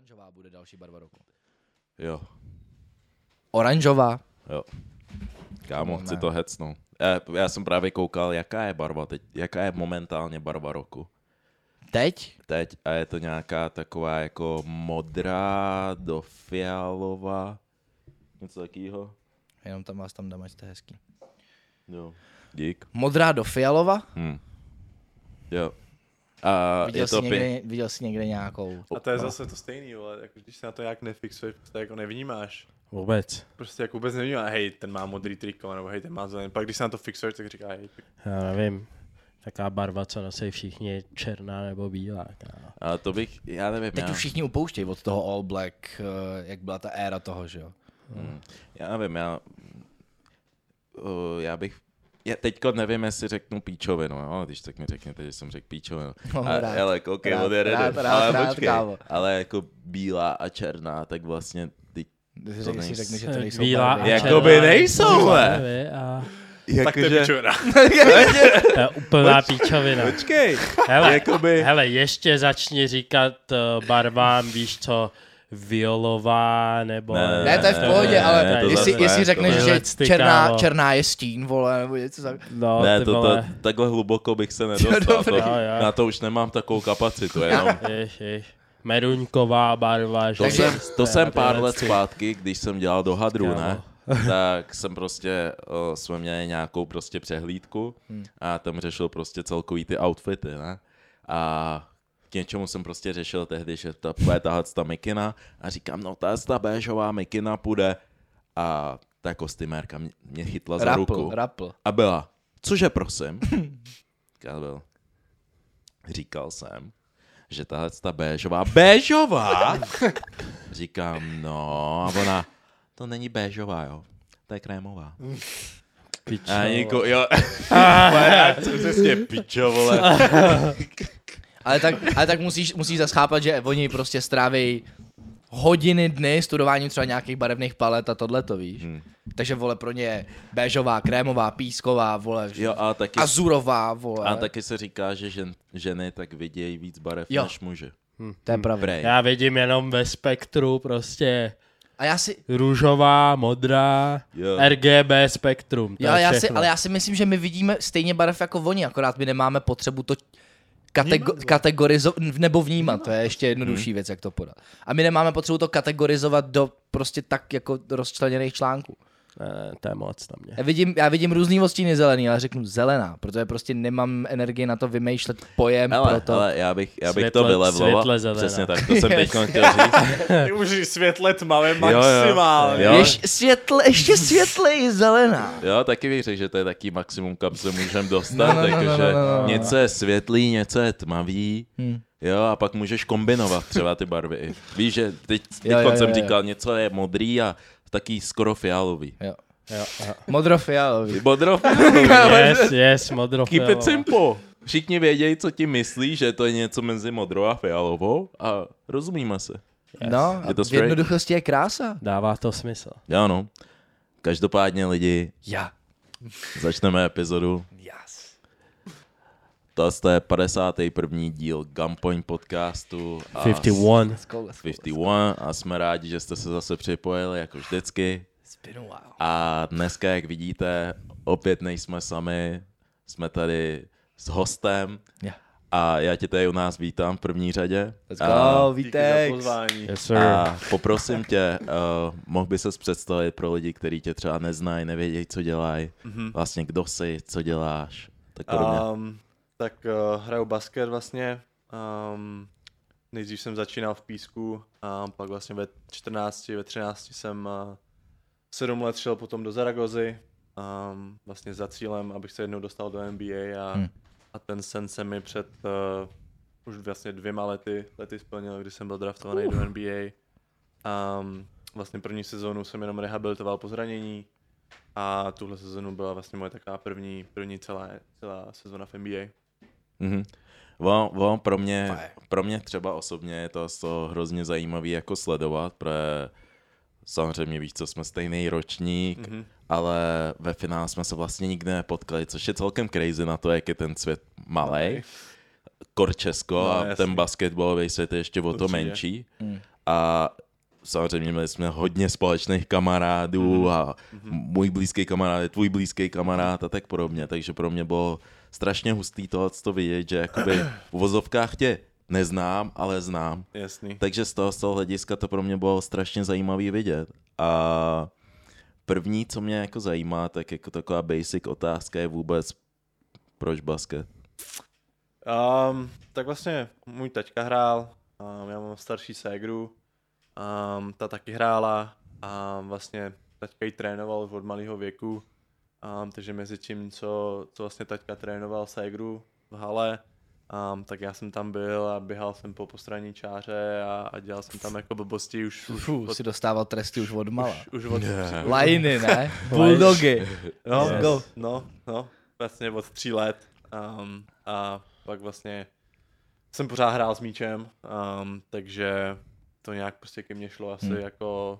Oranžová bude další barva roku. Jo. Oranžová? Jo. Kámo, chci to hecnout. Já jsem právě koukal, jaká je barva teď, jaká je momentálně barva roku. Teď? Teď a je to nějaká taková jako modrá do fialová. Něco takového. Jenom tam vás tam dám, ať jste hezký. Jo. Dík. Modrá do fialova? Jo. A Viděl jsi někde nějakou? A to je zase to stejný, ale jako, když se na to nějak nefixuješ, to jako nevnímáš. Vůbec. Prostě jako vůbec nevnímáš, hej, ten má modrý triko, nebo hej, ten má zelený. Pak když se na to fixuješ, tak říká, hej. Já nevím. Taká barva, co nosí všichni, je černá nebo bílá. Ale to bych, já nevím. Teď už všichni upouštějí od toho All Black, jak byla ta éra toho, že jo? Já nevím, já bych, teďko nevím, jestli řeknu píčovinu, jo? Když tak mi řekněte, že jsem řekl píčovinu. Ale koukej, ale jako bílá a černá, tak vlastně ty to řekni, že to nejsou bílá barvy. Jakoby nejsou, Tak to je pičovina. To je úplná píčovina. Počkej. Hele, ještě začni říkat barvám, víš co, violová, nebo... Ne, to je v pohodě, ale jestli řekneš, že černá je stín, vole, nebo něco tak. No, ne, takhle hluboko bych se nedostal. Na to už nemám takovou kapacitu, jenom. Meruňková barva. To jsem pár let zpátky, když jsem dělal do hadru, ne? Tak jsem prostě, jsme měli nějakou prostě přehlídku a tam řešil prostě celkový ty outfity, ne? A k něčemu jsem prostě řešil tehdy, že ta bude tahat ta mikina a říkám, no ta béžová mikina půjde a ta kostymérka mě chytla za ruku a byla, cože prosím? Říkal jsem, že tahle ta béžová? Říkám, no a ona, to není béžová, jo, to je krémová. Pičo. Jo. Co přesně pičo, vole. Ale tak musíš zase chápat, že oni prostě stráví hodiny, dny studováním třeba nějakých barevných palet a tohleto, víš. Takže, vole, pro ně je béžová, krémová, písková, vole, jo, a taky, azurová, vole. A taky se říká, že ženy tak vidějí víc barev než muži. To je pravda. Já vidím jenom ve spektru prostě a růžová, modrá, RGB spektrum. Ale já si myslím, že my vidíme stejně barev jako oni, akorát my nemáme potřebu to kategorizovat nebo vnímat, to je ještě jednodušší věc, jak to podat. A my nemáme potřebu to kategorizovat do prostě tak jako rozčleněných článků. Ne, to je moc na mě. Já vidím různý odstíny zelený, ale řeknu zelená, protože prostě nemám energii na to vymýšlet pojem pro to. Ale já bych to vylevloval. Přesně tak, to jsem teď chtěl říct. Ty už světle tmavé maximálně. Ještě světleji zelená. Jo, taky bych řekl, že to je taký maximum, kam se můžeme dostat, takže něco je světlý, něco je tmavý. Jo, a pak můžeš kombinovat třeba ty barvy. Víš, že teď jsem říkal, něco je modrý a taký skoro fialový. Jo. Modrofialový. Yes, modrofialový. Keep it simple. Všichni vědějí, co ti myslí, že to je něco mezi modrou a fialovou a rozumíme se. Yes. No, v jednoduchosti je krása. Dává to smysl. Jo, no. Každopádně lidi, začneme epizodu. Yes. To je 51. díl Gunpoint podcastu. 51 a jsme rádi, že jste se zase připojili, jako vždycky. A dneska, jak vidíte, opět nejsme sami, jsme tady s hostem. A já tě tady u nás vítám v první řadě. Let's go, vítej. Yes, a poprosím tě, mohl by ses představit pro lidi, kteří tě třeba neznají, nevědějí, co dělají. Vlastně kdo jsi, co děláš, tak podobně. Tak hraju basket vlastně. Nejdřív jsem začínal v Písku, pak vlastně ve 13 jsem 7 let šel potom do Zaragozy, vlastně za cílem, abych se jednou dostal do NBA a ten sen se mi před už vlastně 2 lety splnil, kdy jsem byl draftovaný do NBA. Vlastně první sezónu jsem jenom rehabilitoval po zranění a tuhle sezónu byla vlastně moje taková první celá sezóna v NBA. Pro mě třeba osobně je to hrozně zajímavý jako sledovat, protože samozřejmě víš, co jsme stejný ročník, ale ve finále jsme se vlastně nikdy nepotkali, což je celkem crazy na to, jak je ten svět malej. Kor Česko a ten basketbalový svět je ještě o to menší. A samozřejmě měli jsme hodně společných kamarádů a můj blízký kamarád je tvůj blízký kamarád a tak podobně. Takže pro mě bylo strašně hustý to vidět, že jakoby v uvozovkách tě neznám, ale znám. Jasný. Takže z toho hlediska to pro mě bylo strašně zajímavý vidět. A první, co mě jako zajímá, tak jako taková basic otázka je vůbec, proč basket? Tak vlastně můj taťka hrál, já mám starší ségru, ta taky hrála a vlastně taťka ji trénoval už od malého věku, takže mezi tím, co vlastně taťka trénoval ségru v hale, tak já jsem tam byl a běhal jsem po postranní čáře a dělal jsem tam jako blbosti už si dostával tresty už od mala. Už od Lajny, ne? Bulldogy. No, vlastně od 3 let. A pak vlastně jsem pořád hrál s míčem, takže to nějak prostě ke mně šlo asi jako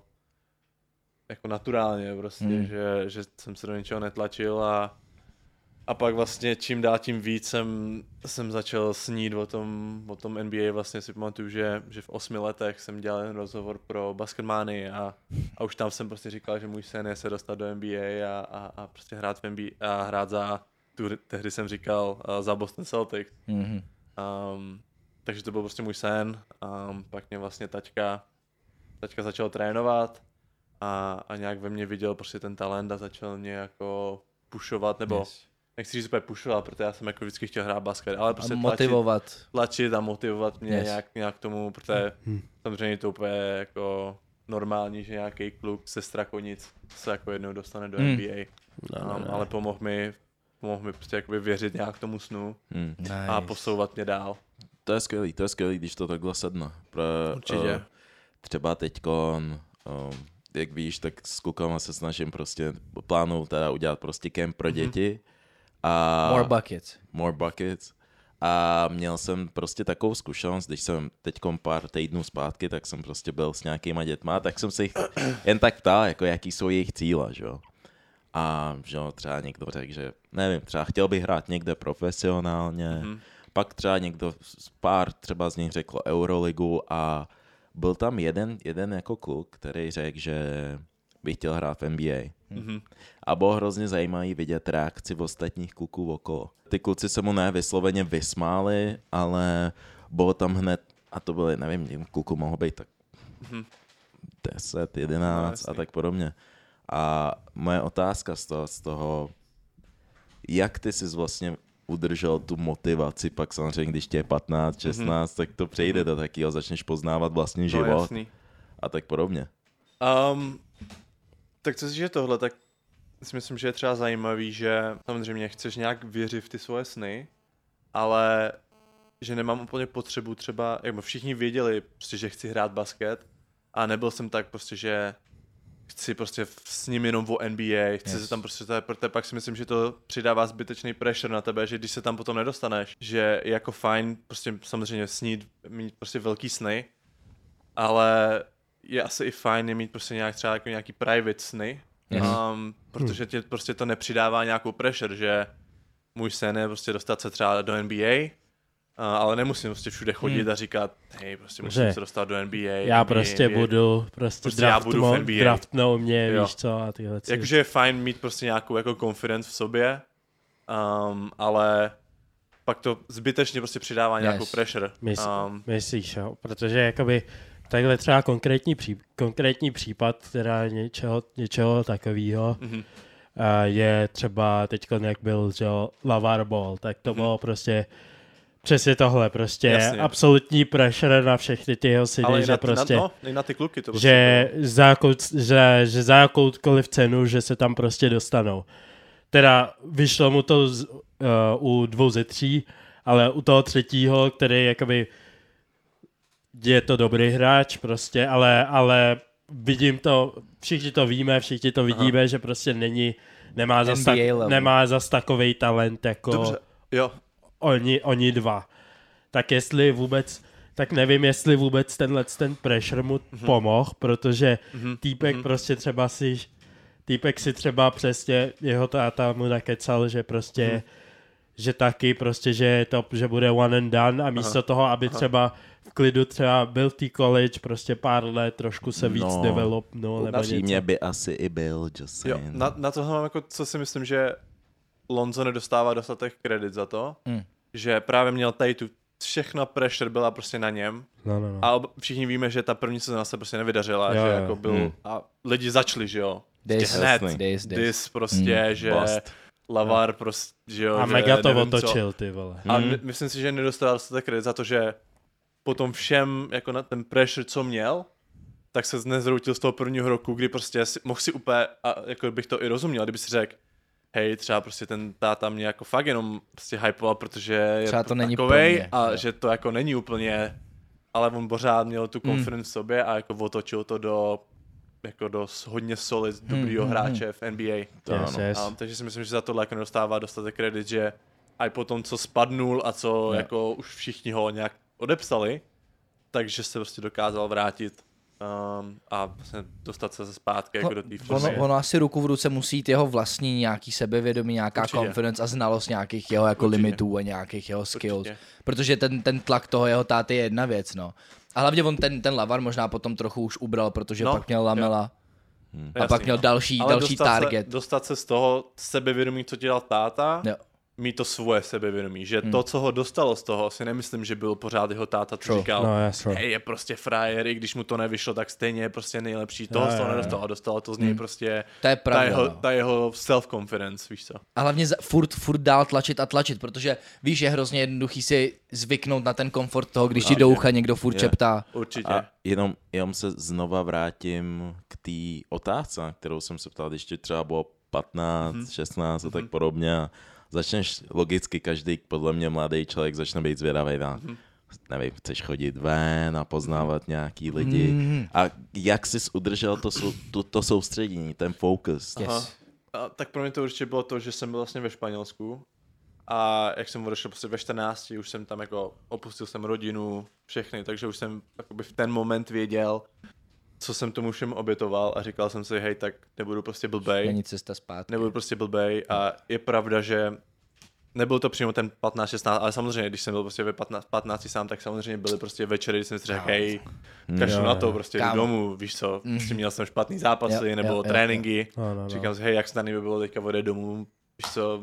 naturálně prostě, že jsem se do něčeho netlačil a pak vlastně čím dál tím víc jsem začal snít o tom NBA. Vlastně si pamatuju, že v 8 letech jsem dělal jeden rozhovor pro Basketmany a už tam jsem prostě říkal, že můj sen je se dostat do NBA a prostě hrát v NBA a hrát za tehdy jsem říkal za Boston Celtics. Takže to byl prostě můj sen. Pak mě vlastně taťka začal trénovat a nějak ve mně viděl prostě ten talent a začal mě jako pušovat, nebo nechci říct úplně pušovat, protože já jsem jako vždycky chtěl hrát basket, ale prostě tlačit a motivovat mě nějak k tomu, protože samozřejmě to úplně jako normální, že nějaký kluk ze Strakonic se jako jednou dostane do NBA. Ale pomohl mi prostě jakoby věřit nějak tomu snu a posouvat mě dál. To je skvělý, když to takhle sedne. Určitě. Třeba teďkon, jak víš, tak s klukama se snažím prostě plánu teda udělat prostě kemp pro děti. A More buckets. A měl jsem prostě takovou zkušenost, když jsem teďkom pár týdnů zpátky, tak jsem prostě byl s nějakýma dětma, tak jsem se jich jen tak ptal, jako jaký jsou jejich cíle, že jo. A že jo, třeba někdo řekl, že nevím, třeba chtěl bych hrát někde profesionálně, pak třeba někdo, pár třeba z nich řekl Euroligu a byl tam jeden jako kluk, který řekl, že by chtěl hrát v NBA. A bylo hrozně zajímavý vidět reakci ostatních kluků okolo. Ty kluci se mu ne vysloveně vysmáli, ale bylo tam hned, a to byly, nevím, kluků mohlo být tak 10, 11 a tak podobně. A moje otázka z toho, jak ty jsi vlastně udržel tu motivaci, pak samozřejmě, když tě je 15, 16, tak to přejde do takého, začneš poznávat vlastní život a tak podobně. Tak co si tohle, tak si myslím, že je třeba zajímavý, že samozřejmě chceš nějak věřit v ty svoje sny, ale že nemám úplně potřebu třeba, jak všichni věděli, prostě, že chci hrát basket a nebyl jsem tak prostě, že chci prostě s ním jenom o NBA, chci se tam prostě, protože pak si myslím, že to přidává zbytečný pressure na tebe, že když se tam potom nedostaneš, že je jako fajn prostě samozřejmě snít, mít prostě velký sny, ale je asi i fajn mít prostě nějak třeba jako nějaký private sny, protože tě prostě to nepřidává nějakou pressure, že můj sen je prostě dostat se třeba do NBA, ale nemusím prostě všude chodit a říkat, hej, prostě musím se dostat do NBA. Já prostě budu draftnou mě, víš co, a tyhle. Jakože je fajn mít prostě nějakou jako confidence v sobě, ale pak to zbytečně prostě přidává nějakou pressure. Myslíš, jo, protože jakoby takhle třeba konkrétní případ, teda něčeho takového, je třeba teďko, jak byl, že LaVar Ball, tak to bylo prostě přesně tohle, prostě absolutní pressure na všechny ty jeho syny, že prostě, na ty kluky to že za jakoukoliv cenu, že se tam prostě dostanou. Teda vyšlo mu to u 2 ze 3, ale u toho 3., který jakoby je to dobrý hráč prostě, ale vidím to, všichni to víme, všichni to vidíme, že prostě nemá zas takovej talent jako dobře. Jo. Oni dva. Tak nevím, jestli vůbec ten pressure mu pomohl, protože týpek si třeba přesně jeho táta mu nakecal, že prostě že taky prostě, že bude one and done a místo toho, aby třeba v klidu třeba byl v té college prostě pár let, trošku se víc developnul nebo něco. Mě by asi i byl, just saying. Na tohle mám jako, co si myslím, že Lonzo nedostává dostatek kredit za to, že právě měl tady tu všechna pressure byla prostě na něm. No. A všichni víme, že ta první sezóna se prostě nevydařila, že jako byl a lidi začali, že jo. Hned. Dis prostě, že Lavar prostě, že jo. A že mega to otočil, ty vole. A myslím si, že nedostal dostatek kredit za to, že potom všem jako na ten pressure, co měl, tak se nezroutil z toho prvního roku, kdy prostě mohl si úplně, a jako bych to i rozuměl, kdyby si řekl, hej, třeba prostě ten táta mě jako fakt jenom prostě hypoval, protože je třeba to není takovej a že to jako není úplně, ale on pořád měl tu confidence v sobě a jako otočil to do hodně solid, dobrýho hráče v NBA. Yes. Takže si myslím, že za tohle jako nedostává dostatek kredit, že aj po tom, co spadnul a co jako už všichni ho nějak odepsali, takže se prostě dokázal vrátit a vlastně dostat se zpátky jako do té formy. Ono asi ruku v ruce musí jít jeho vlastní nějaký sebevědomí, nějaká confidence a znalost nějakých jeho jako limitů a nějakých jeho skills. Protože ten tlak toho jeho táty je jedna věc, no. A hlavně on ten Lavar možná potom trochu už ubral, protože pak měl Lamela a pak měl další target. Dostat se z toho sebevědomí, co dělal táta, mít to svoje sebevědomí, že to, co ho dostalo z toho, si nemyslím, že byl pořád jeho táta, co říkal, hej, je prostě frajer, i když mu to nevyšlo, tak stejně je prostě nejlepší, toho z toho nedostalo a dostalo to z něj prostě to je pravda, ta jeho self-confidence, víš co. A hlavně furt dál tlačit, protože víš, je hrozně jednoduchý si zvyknout na ten komfort toho, když ti do ucha někdo furt čeptá. Určitě. A jenom se znova vrátím k té otázce, kterou jsem se ptal, když ti třeba bylo 15, 16 a tak podobně. Začneš logicky, každý podle mě mladý člověk začne být zvědavý na, nevím, chceš chodit ven a poznávat nějaký lidi. A jak jsi udržel to soustředění, ten focus? Tak pro mě to určitě bylo to, že jsem byl vlastně ve Španělsku a jak jsem odešel prostě ve 14, už jsem tam jako opustil jsem rodinu, všechny, takže už jsem jakoby v ten moment věděl, co jsem tomu všem obětoval a říkal jsem si, hej, tak nebudu prostě blbej. Není cesta zpátky. Nebudu prostě blbej a je pravda, že nebyl to přímo ten 15-16, ale samozřejmě, když jsem byl prostě ve 15 sám, tak samozřejmě byly prostě večery, kdy jsem si řekl, hej, kašlu na to, prostě jdu domů, víš co, prostě měl jsem špatný zápasy, nebo tréninky, říkám si, hej, jak snadný by bylo teďka odejít domů, víš co,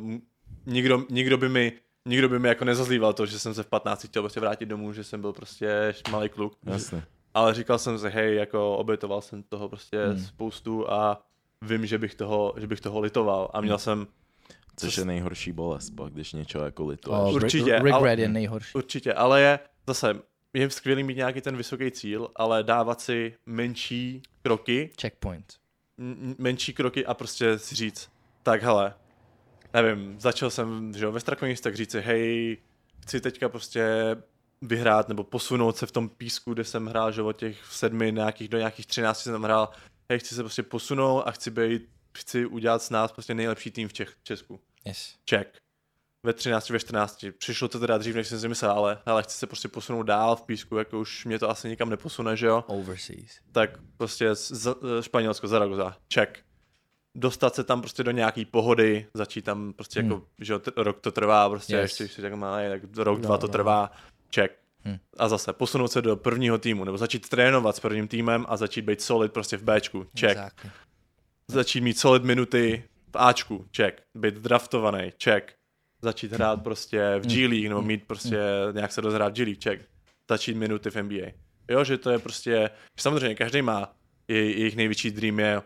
nikdo by mi jako nezazlíval to, že jsem se v 15 chtěl prostě vrátit domů, že jsem byl prostě malý kluk. Jasně. Ale říkal jsem si, hej, jako obětoval jsem toho prostě spoustu a vím, že bych toho litoval a měl jsem... Což je nejhorší bolest, pak, když něčeho jako lituješ. Určitě, regret je nejhorší. Určitě, ale je skvělý mít nějaký ten vysoký cíl, ale dávat si menší kroky. Checkpoint. Menší kroky a prostě si říct, tak hele, nevím, začal jsem, že jo, ve Strakonis, tak říct si, hej, chci teďka prostě vyhrát nebo posunout se v tom písku, kde jsem hrál, že od těch 7 do nějakých 13 jsem tam hrál, hej, chci se prostě posunout a chci udělat s nás prostě nejlepší tým v Česku. Yes. Check. Ve 13, ve 14. Přišlo to teda dřív, než jsem si myslel, ale chci se prostě posunout dál v písku, jako už mě to asi nikam neposune, že jo? Overseas. Tak prostě Španělsko, Zaragoza. Check. Dostat se tam prostě do nějaký pohody, začít tam prostě jako, že rok to trvá, prostě ještě si tak malý, tak rok, 2 to trvá. Check. A zase posunout se do prvního týmu, nebo začít trénovat s prvním týmem a začít být solid prostě v Bčku. Check. Exactly. Začít mít solid minuty v Ačku. Check. Být draftovaný. Check. Začít hrát prostě v G League, nebo mít prostě nějak se dozhrát v G League. Check. Začít minuty v NBA. Jo, že to je prostě, samozřejmě každý má, jejich největší dream je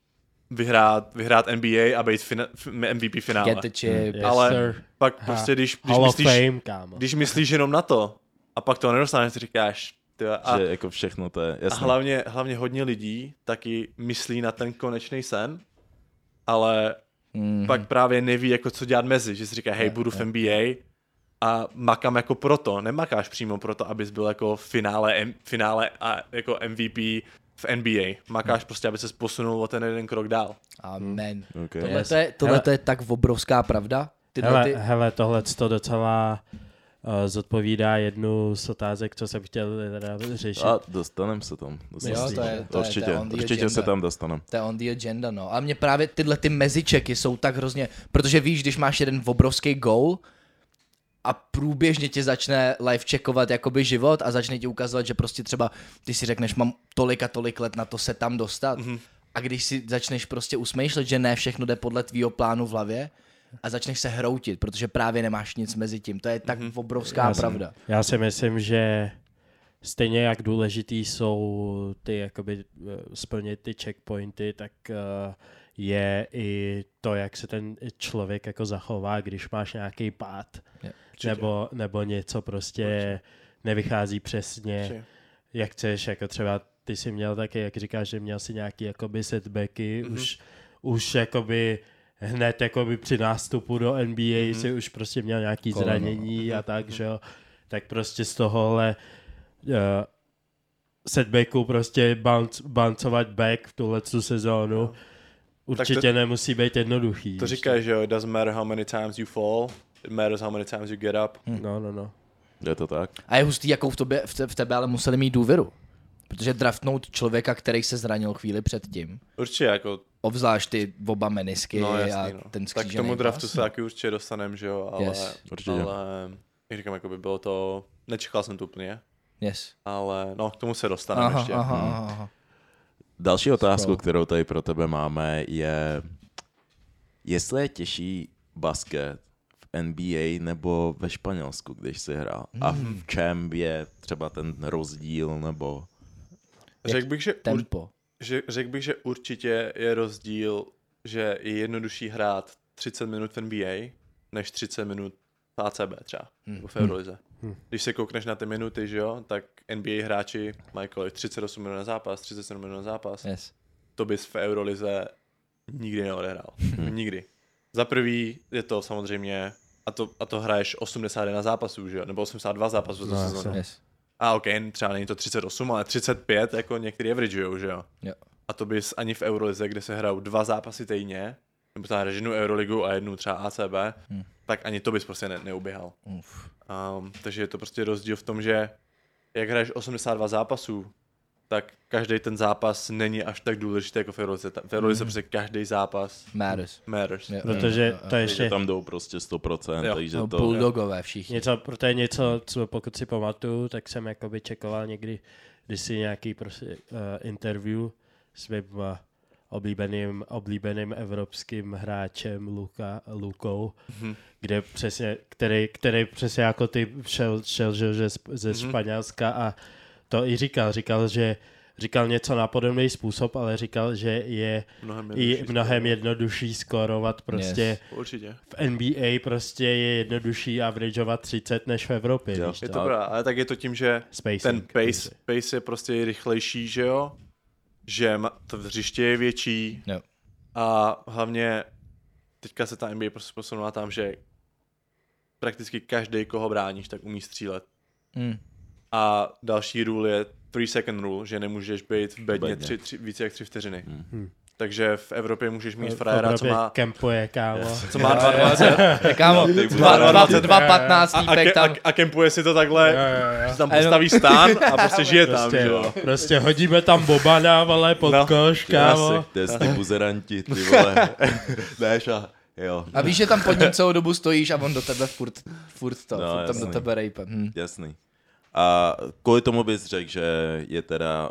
vyhrát NBA a být MVP finále. Get the chip. Ale pak prostě, když myslíš jenom na to a pak to nedostaneš, si říkáš, že jako všechno to je jasné. A hlavně hodně lidí taky myslí na ten konečný sen, ale pak právě neví, jako co dělat mezi, že si říká, hej, budu v NBA a makám jako proto, nemakáš přímo proto, abys byl jako finále a jako MVP v NBA. Makáš prostě, aby ses posunul o ten jeden krok dál. Amen. Okay. Tohle je tak obrovská pravda. Hele, tohle to docela zodpovídá jednu z otázek, co jsem chtěl teda řešit. A dostaneme se tam. Určitě se tam dostaneme. To je on the agenda, no. A mě právě tyhle ty mezičeky jsou tak hrozně, protože víš, když máš jeden obrovský goal a průběžně tě začne live checkovat jakoby život a začne ti ukazovat, že prostě třeba ty si řekneš, mám tolik a tolik let na to se tam dostat. A když si začneš prostě usmýšlet, že ne všechno jde podle tvýho plánu v hlavě a začneš se hroutit, protože právě nemáš nic mezi tím. To je tak obrovská pravda. Já si myslím, že stejně jak důležitý jsou ty jakoby splnit ty checkpointy, tak je i to, jak se ten člověk jako zachová, když máš nějaký pád. Nebo něco prostě nevychází přesně, jak chceš, jako třeba ty jsi měl taky, jak říkáš, že měl si nějaký jakoby setbacky, už jakoby hned jakoby při nástupu do NBA si už prostě měl nějaký zranění a tak, že jo. Tak prostě z tohohle setbacku prostě bouncovat back v tuhletu sezónu určitě nemusí být jednoduchý. To říkáš, že jo, it doesn't matter how many times you fall, it matters how many times you get up. No. Je to tak? A je hustý, jakou v tebe ale museli mít důvěru. Protože draftnout člověka, který se zranil chvíli předtím. Určitě, jako... Obzvlášť ty oba menisky jasný, a ten skřížený. Tak k tomu draftu se taky určitě dostaneme, že jo, ale... Určitě. Ale, jak říkám, jako by bylo to... Nečekal jsem to úplně. Yes. Ale no, k tomu se dostaneme ještě. Aha. Další otázku, kterou tady pro tebe máme, je, jestli je těžší basket v NBA nebo ve Španělsku, když jsi hrál. A v čem je třeba ten rozdíl, nebo... Řekl bych, že tempo. Řekl bych, že určitě je rozdíl, že je jednodušší hrát 30 minut v NBA, než 30 minut v ACB třeba, nebo v Eurolize. Když se koukneš na ty minuty, že jo, tak NBA hráči mají kolik 38 minut na zápas, 37 minut na zápas. Yes. To bys v Eurolize nikdy neodehrál. Nikdy. Za prvý je to samozřejmě, a to hraješ 81 zápasů, že jo, nebo 82 zápasů za sezónu. Yes. A ok, třeba není to 38, ale 35, jako některý averagujou, že jo. A to bys ani v Eurolize, kde se hrajou 2 zápasy týdně, nebo tam hraješ jednu Euroligu a jednu třeba ACB, tak ani to bys prostě neuběhal. Takže je to prostě rozdíl v tom, že jak hraješ 82 zápasů, tak každý ten zápas není až tak důležitý jako v Eurolize. V Eurolize prostě každý zápas matters. Protože to ještě... tam jdou prostě 100%, takže to... Bulldogové všichni. Proto je něco, co pokud si pamatuju, tak jsem jakoby čekoval někdy, když si nějaký prostě, interview s mým oblíbeným evropským hráčem Lukou, kde přesně, který přesně jako ty šel že ze Španělska a to i říkal, že říkal něco na podobný způsob, ale říkal, že je mnohem jednodušší skórovat prostě v NBA prostě je jednodušší averageovat 30 než v Evropě. Je to pravda, ale tak je to tím, že ten pace je prostě rychlejší, že jo? Že to hřiště je větší a hlavně teďka se ta NBA prostě posunula tam, že prakticky každý, koho bráníš, tak umí střílet. A další rule je 3-second rule, že nemůžeš být v bedně více jak 3 vteřiny. Takže v Evropě můžeš mít frajera, co má... kempuje, kámo. Co má 2,20. Kámo, 2,15 týpek tam. A kempuje si to takhle, že tam postaví stán a prostě žije tam, že jo. Prostě hodíme tam Bobana, vole, pod koš, kámo. To je ty buzeranti, ty vole. Jdeš a... Jo. A víš, že tam pod ním celou dobu stojíš a on do tebe furt tam do tebe rejpe. Jasný. A kvůli tomu bys řekl, že je teda...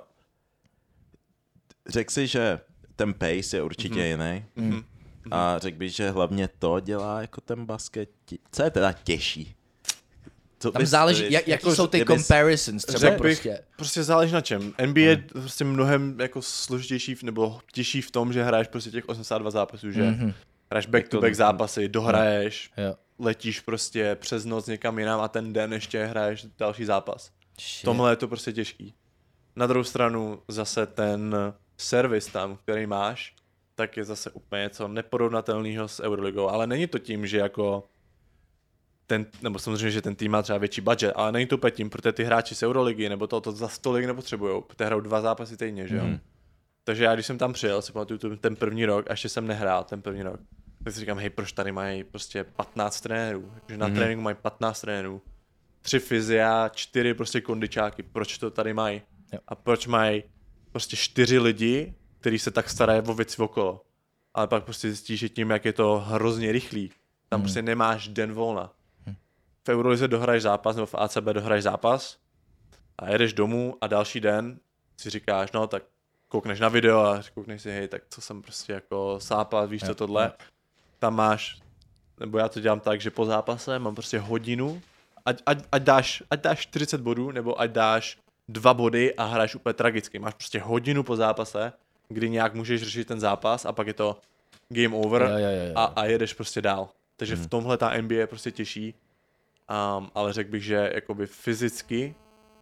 Řekl si, že ten pace je určitě jiný. A řekl bych, že hlavně to dělá jako ten basket. Co je teda těžší? Tam záleží, jaký jsou ty comparisons třeba prostě záleží na čem. NBA je prostě mnohem jako složitější nebo těžší v tom, že hraješ prostě těch 82 zápasů, že hraješ back-to-back zápasy, dohraješ, letíš prostě přes noc někam jinam a ten den ještě hraješ další zápas. V tomhle je to prostě těžký. Na druhou stranu zase ten servis tam, který máš, tak je zase úplně něco neporovnatelného s Euroligou, ale není to tím, že jako nebo samozřejmě, že ten tým má třeba větší budget, ale není to úplně tím, protože ty hráči z Euroligy nebo to za stolik nepotřebujou, protože hrajou 2 zápasy týdně, že jo. Takže já, když jsem tam přijel, si pamatuju ten první rok, a ještě jsem nehrál ten první rok, tak si říkám, hej, proč tady mají prostě 15 trenérů, takže na tréninku mají 15 trenérů, 3 fyzia, 4 prostě kondičáky, proč to tady mají? A proč mají prostě 4 lidi, kteří se tak starají o věci okolo. Ale pak prostě zjistíš, že tím, jak je to hrozně rychlý, tam prostě nemáš den volna. v Eurolize dohraješ zápas, nebo v ACB dohraješ zápas a jedeš domů a další den si říkáš, no tak koukneš na video a koukneš si, hej, tak co jsem prostě jako sápat, víš co tohle. Tam máš, nebo já to dělám tak, že po zápase mám prostě hodinu, ať dáš 40 bodů, nebo ať dáš 2 body a hraješ úplně tragicky. Máš prostě hodinu po zápase, kdy nějak můžeš řešit ten zápas a pak je to game over a jedeš prostě dál. Takže v tomhle ta NBA je prostě těžší, ale řekl bych, že jakoby fyzicky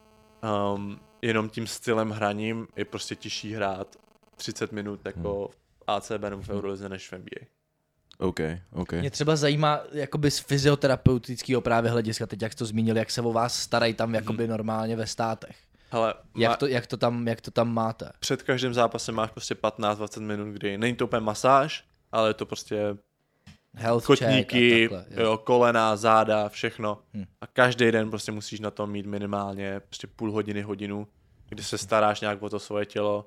jenom tím stylem hraním je prostě těžší hrát 30 minut jako v ACB nebo v Eurolize než v NBA. OK. Mě třeba zajímá jakoby z fyzioterapeutického právě hlediska, teď jak jsi to zmínil, jak se o vás starají tam jakoby normálně ve státech. Hele, Jak to tam máte? Před každým zápasem máš prostě 15-20 minut, kdy není to úplně masáž, ale je to prostě Health kotníky, check a takhle, jo, kolena, záda, všechno. A každý den prostě musíš na tom mít minimálně prostě půl hodiny, hodinu, kdy se staráš nějak o to svoje tělo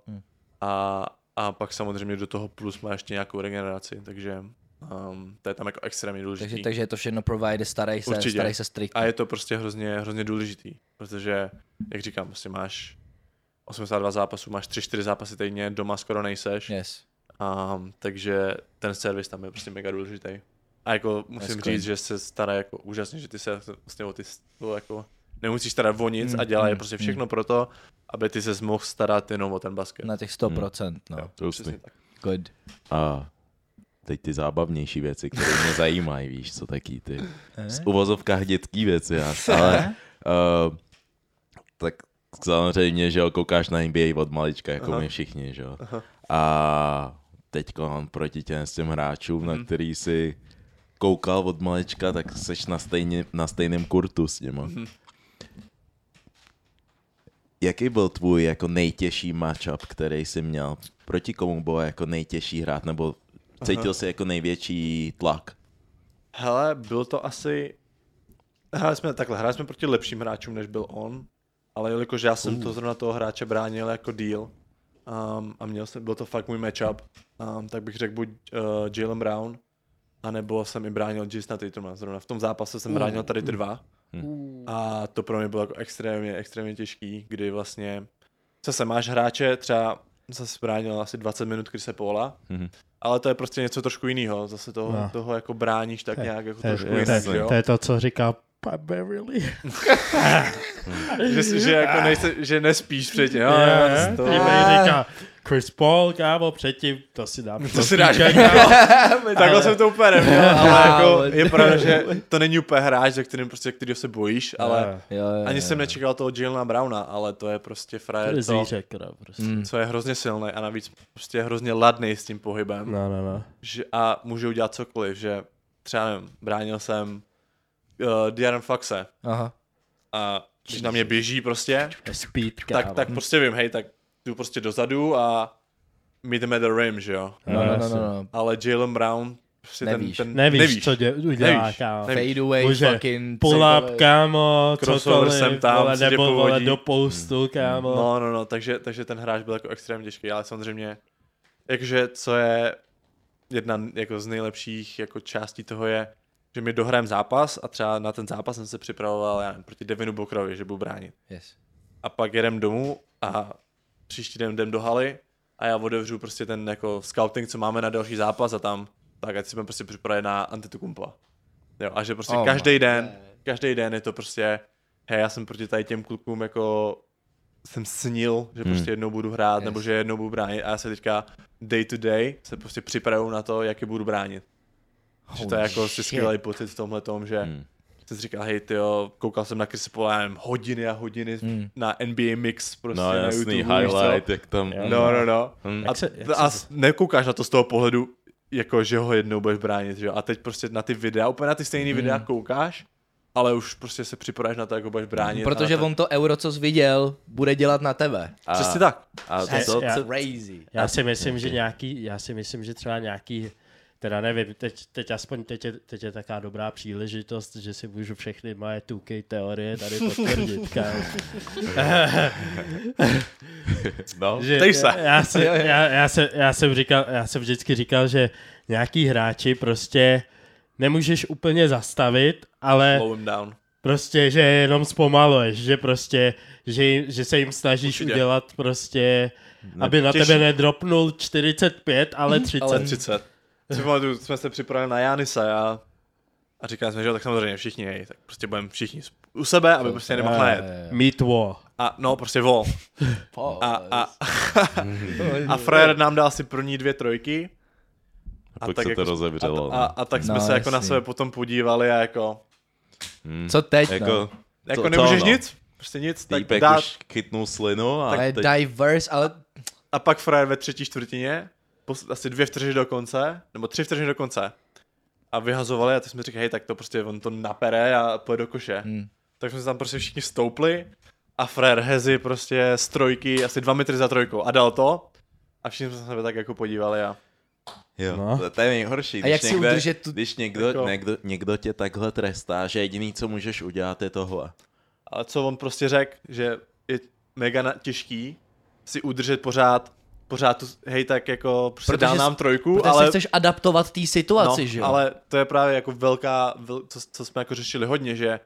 a pak samozřejmě do toho plus máš ještě nějakou regeneraci, takže to je tam jako extrémně důležitý. Takže je to všechno provide, starají se striktně. A je to prostě hrozně důležitý, protože, jak říkám, prostě máš 82 zápasů, máš 3-4 zápasy týdně, doma skoro nejseš. Yes. Takže ten servis tam je prostě mega důležitý. A jako musím říct, že se stará jako úžasně, že ty se vlastně o ty jako nemusíš starat o nic a dělají prostě všechno pro to, aby ty se mohl starat jenom o ten basket. Na těch 100%, no. Jo, tak. Good. A teď ty zábavnější věci, které mě zajímají, víš, co taky ty z uvozovkách dětský věci, ale tak samozřejmě, že jo, koukáš na NBA od malička, jako my všichni, že jo. A teďko proti těm hráčům, na který si koukal od malička, tak seš na stejném kurtu s nima. Jaký byl tvůj jako nejtěžší matchup, který jsi měl? Proti komu bylo jako nejtěžší hrát, nebo cítil jsi jako největší tlak? Hele, bylo to asi... Hráli jsme proti lepším hráčům, než byl on, ale jelikož já jsem to zrovna toho hráče bránil jako deal a byl to fakt můj matchup, tak bych řekl buď Jaylen Brown, anebo jsem i bránil Jasona Tatuma. Zrovna v tom zápase jsem bránil tady ty dva. A to pro mě bylo jako extrémně těžký, kdy vlastně zase máš hráče, třeba zase bránil asi 20 minut Chrisa Paula, ale to je prostě něco trošku jiného. Zase toho jako bráníš tak nějak jako trošku jinak, jo? To je to, co říká Beverly. že jako že nespíš předtím. Říká Chris Paul, kámo, předtím, to si dám. To si dáš, takhle jsem to úplně neměl, ale jako je pravda, že to není úplně hráč, za kterým prostě, kterýho se bojíš, ale ani jsem nečekal toho Jaylena Browna, ale to je prostě frajer, co je hrozně silný a navíc prostě je hrozně ladný s tím pohybem. No. A může udělat cokoliv, že třeba nevím, bránil jsem De'Aaron Foxe. A když na mě běží prostě, tak prostě vím, hej, tak jdu prostě dozadu a meet him at the rim, že jo? No. Ale Jaylen Brown, prostě nevíš, co udělá, kámo. Fade away, fucking... Pull-up, kámo, crossover sem tam, nebo do postu, kámo. No, takže ten hráč byl jako extrémně těžký, ale samozřejmě, jakože co je jedna jako z nejlepších jako částí toho je, že my dohrajeme zápas a třeba na ten zápas jsem se připravoval proti Devinu Bookerovi, že budu bránit. Yes. A pak jedem domů a příští den jdem do haly a já otevřu prostě ten jako scouting, co máme na další zápas a tam tak ať si budeme prostě připravit na Antetokounmpa. Jo, a že prostě každý den je to prostě, hej, já jsem proti tady těm klukům jako jsem snil, že prostě jednou budu hrát, nebo že jednou budu bránit a já se teďka day to day se prostě připravuju na to, jak je budu bránit. Že to je jako skvělý pocit v tomhle tom, že jsem si říkal, hej tyjo, koukal jsem na Chrisa Paula, nevím, hodiny a hodiny na NBA Mix prostě no, na jasný, YouTube. Highlight, jak tam... No. A nekoukáš na to z toho pohledu, jako že ho jednou budeš bránit, že jo. A teď prostě na ty videa, úplně na ty stejný videa koukáš, ale už prostě se připravíš na to, jak ho budeš bránit. Protože on to euro, co jsi viděl, bude dělat na tebe. Přesně tak. A to crazy. Já si myslím, že třeba nějaký, teda nevím, teď je taková dobrá příležitost, že si můžu všechny moje 2K teorie tady potvrdit. No, já jsem vždycky říkal, že nějaký hráči prostě nemůžeš úplně zastavit, ale prostě, že jenom zpomaluješ, že prostě, že se jim snažíš Určitě. udělat prostě, aby na tebe nedropnul 45, ale 30. Ale 30. Si pamatuju, jsme se připravili na Janisa a říkali jsme, že jo, tak samozřejmě všichni, hej, tak prostě budeme všichni u sebe, aby prostě nemohl najet. Meet war. A no, prostě vol. A frajer nám dal asi první 2 trojky. A pak se to rozevřelo. A tak jsme se jako na sebe potom podívali a jako... Co teď, Jako, Jako nemůžeš nic? Prostě nic. Tak týpek dát, už chytnul slinu a Ale teď... diverse, ale a pak frajer ve 3. čtvrtině, asi 2 vteřiny do konce, nebo 3 vteřiny do konce. A vyhazovali a teď jsme říkali, hej, tak to prostě on to napere a půjde do koše. Tak jsme se tam prostě všichni stoupli a frajer Hezi prostě z trojky, asi 2 metry za trojkou a dal to. A všichni jsme se na sebe tak jako podívali a... Jo, No. to je nejhorší, A jak si udržet tu... když někdo, Jako- někdo tě takhle trestá, že jediný, co můžeš udělat, je tohle. Ale co on prostě řekl, že je mega těžký si udržet pořád tu, hej, tak jako prostě Protože dal nám trojku, Protože ale... se chceš adaptovat té situaci, no, že jo? ale to je právě jako co jsme jako řešili hodně, že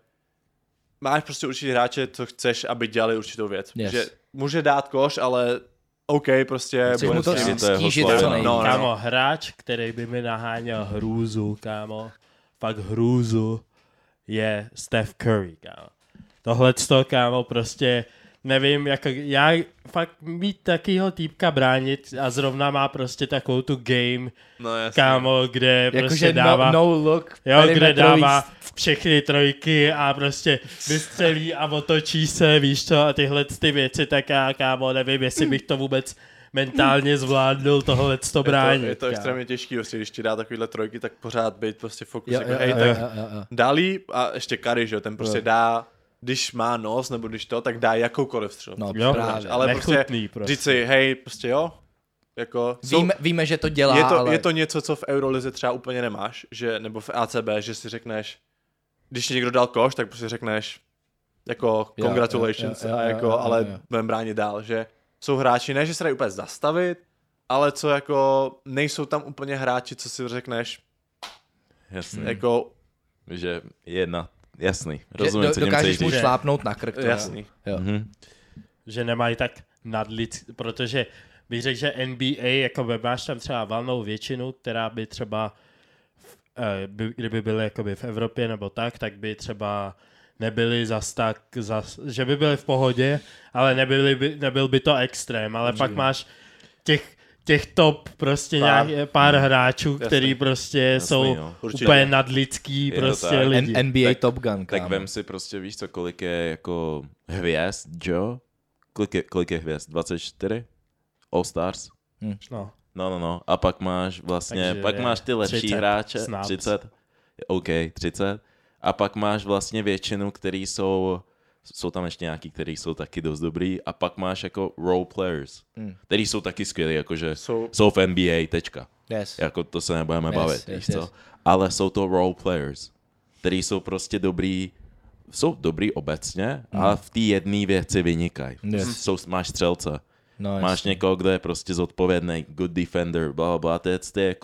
máš prostě určitě hráče, co chceš, aby dělali určitou věc. Yes. Že může dát koš, ale OK, prostě... Chceš mu to bude s tím. to je jeho stížit slovo. co nejvíc. No. Kámo, hráč, který by mi naháněl hrůzu, kámo, fakt hrůzu, je Steph Curry, kámo. Tohleto, kámo, prostě nevím, jako já fakt mít takýho týpka bránit a zrovna má prostě takovou tu game, No jasně. kámo, kde Jakože prostě dává... no look, Jo, kde perimetrový dává všechny trojky a prostě vystřelí a otočí se, víš co, a tyhle ty věci, tak já, kámo, nevím, jestli bych to vůbec mentálně zvládnul tohleto bránit. Je to kámo. extrémně těžký, prostě, když ti dá takovýhle trojky, tak pořád být prostě fokus, Jo, jako, jo, hej, jo, tak jo. dálí a ještě Curry, že jo, ten prostě dá, když má nos, nebo když to, tak dá jakoukoliv střelu. No Jo, právě. ale nechutný prostě říct si, hej, prostě jo, jako... Víme, že to dělá, ale... Je to něco, co v Eurolize třeba úplně nemáš, že, nebo v ACB, že si řekneš, když ti někdo dal koš, tak prostě řekneš, jako congratulations, jo, a jako, jo, ale jo. budeme bránit dál, že jsou hráči, ne, že se dají úplně zastavit, ale co jako, nejsou tam úplně hráči, co si řekneš, Jasný. jako, Že jasný. Že Rozumím, co tím dokážeš chceš mu říct. šlápnout na krk. to jo. jasný. Jo. Že nemají tak protože bych řekl, že NBA, jako máš tam třeba valnou většinu, která by třeba, kdyby byly jakoby v Evropě nebo tak by třeba nebyli že by byli v pohodě, ale nebyl by to extrém, ale pak máš těch top prostě pár hráčů, který prostě jsou no. úplně nadlidský to prostě tak. lidi. NBA Tak- Top Gun, Tak kámo. vem si prostě, víš co, kolik je jako hvězd, Joe? Kolik je hvězd? 24? All Stars? No. No. A pak máš vlastně, Takže pak máš ty lepší 30 hráče. snad. 30? OK, 30. A pak máš vlastně většinu, který jsou tam ještě nějaký, který jsou taky dost dobrý. A pak máš jako role players, který jsou taky skvělí, jakože jsou v NBA, tečka. Yes. Jako to se nebudeme Yes, bavit, yes, víš co? yes. Ale jsou to role players, který jsou prostě dobrý, jsou dobrý obecně, ale v té jedné věci vynikají. Yes. Máš střelce, No, máš někoho, kdo je prostě zodpovědný, good defender, bla. To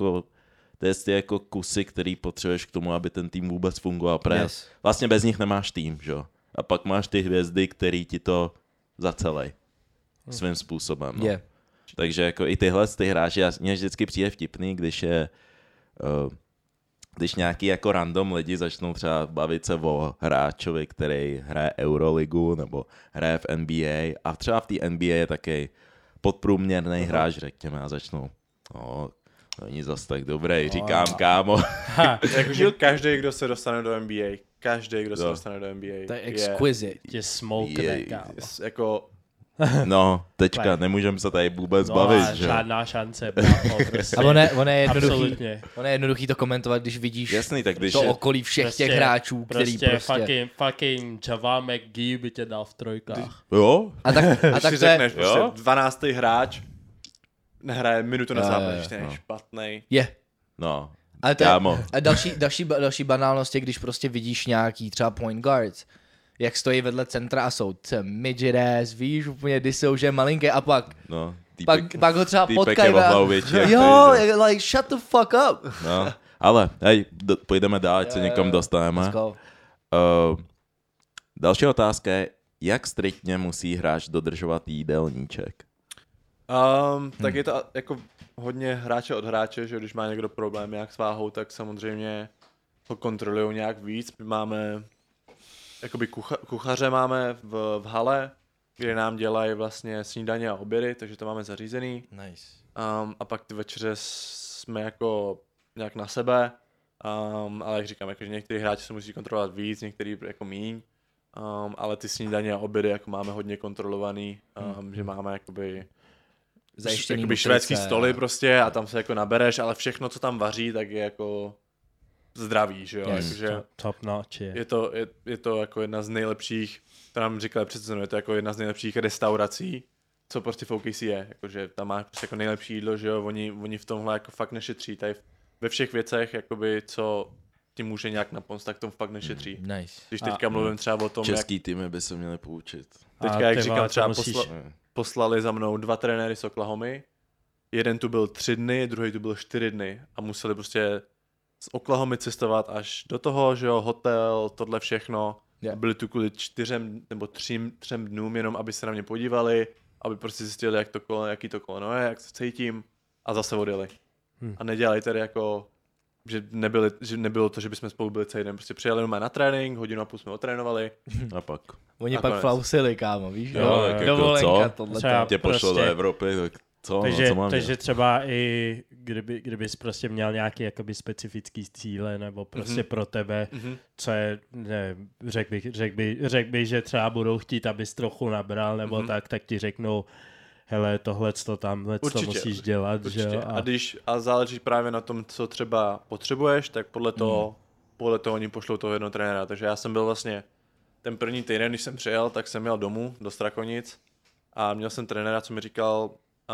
je jako kusy, který potřebuješ k tomu, aby ten tým vůbec fungoval. Yes. Vlastně bez nich nemáš tým, že jo? A pak máš ty hvězdy, který ti to zacelej svým způsobem. No. Yeah. Takže jako i tyhle ty hráči, mně vždycky přijde vtipný, když nějaký jako random lidi začnou třeba bavit se o hráčovi, který hraje Euroligu nebo hraje v NBA a třeba v té NBA je taky podprůměrný hráč, řekněme, a začnou to není zas tak dobrý, říkám, kámo. Jakože každý, kdo se dostane do NBA, dostane do NBA, To je exquisite. Tě smolkne, Je- kámo. jako, No, tečka, nemůžeme se tady vůbec bavit, a že? žádná šance, brácho, prostě. A ono je jednoduchý. Absolutně. Ono je jednoduchý to komentovat, když vidíš Jasný, tak když to je, okolí všech těch hráčů, který prostě... Fucking Java McGee by tě dal v trojkách. jo, A tak když to si je... řekneš, prostě jo? 12. hráč nehraje minutu na Jo, zápas, jo, když ten je no. špatnej. Je. no, Ale to je, kámo. a další banálnost je, když prostě vidíš nějaký třeba point guards, jak stojí vedle centra a jsou midget ass, víš, úplně disou, že je malinký a pak No, pak ho třeba týpek potkají je o hlavu větší jak jo, ty, že? like shut the fuck up. No, ale hej, půjdeme dál, ať se někam dostaneme. Let's go. Další otázka je, jak striktně musí hráč dodržovat jídelníček? Tak je to jako hodně hráče od hráče, že když má někdo problém nějak s váhou, tak samozřejmě ho kontrolují nějak víc. My máme jakoby kuchaře máme v hale, kde nám dělají vlastně snídaně a obědy, takže to máme zařízený. Nice. A pak ty večeře jsme jako nějak na sebe, ale jak říkám, jako, že některý hráči se musí kontrolovat víc, některý jako míň, ale ty snídaně a obědy jako máme hodně kontrolovaný, že máme jakoby švédský stoly prostě a tam se jako nabereš, ale všechno, co tam vaří, tak je jako zdravý, že jo, jakože top notch je to jako jedna z nejlepších, to nám říkali přece, je to jako jedna z nejlepších restaurací, co prostě v OKC je, jakože tam máš prostě jako nejlepší jídlo, že jo, oni v tomhle jako fakt nešetří, tady ve všech věcech, jakoby, co ti může nějak napomoct, tak tomu fakt nešetří. Nice. Když teďka mluvím třeba o tom, Český týmy by se měli poučit. Teďka, jak říkám, třeba poslali za mnou 2 trenéry z Oklahomy, jeden tu byl 3 dny, druhý tu byl 4 dny a museli prostě z Oklahomy cestovat až do toho, že jo, hotel, tohle všechno. Yeah. Byli tu kvůli 4 nebo 3 dnům jenom, aby se na mě podívali, aby prostě zjistili, jaký to koleno je, jak se cítím a zase odjeli. A nedělali tady jako, že nebylo to, že bychom spolu byli celý den. Prostě přijeli na trénink, 1,5 hodiny jsme otrénovali. A pak. Oni pak flausili, kámo, víš? Jo, dovolenka, tohle. Tě pošlo do Evropy, tak co? Takže třeba i kdybys prostě měl nějaký jakoby specifický cíle nebo prostě pro tebe, co je, ne, řekl bych, že třeba budou chtít, abys trochu nabral nebo tak ti řeknou, hele, tohleto to musíš dělat. Určitě. Že? A záleží právě na tom, co třeba potřebuješ, tak podle toho oni pošlou toho jednoho trenéra. Takže já jsem byl vlastně ten první týden, když jsem přijel, tak jsem jel domů do Strakonic a měl jsem trenéra, co mi říkal,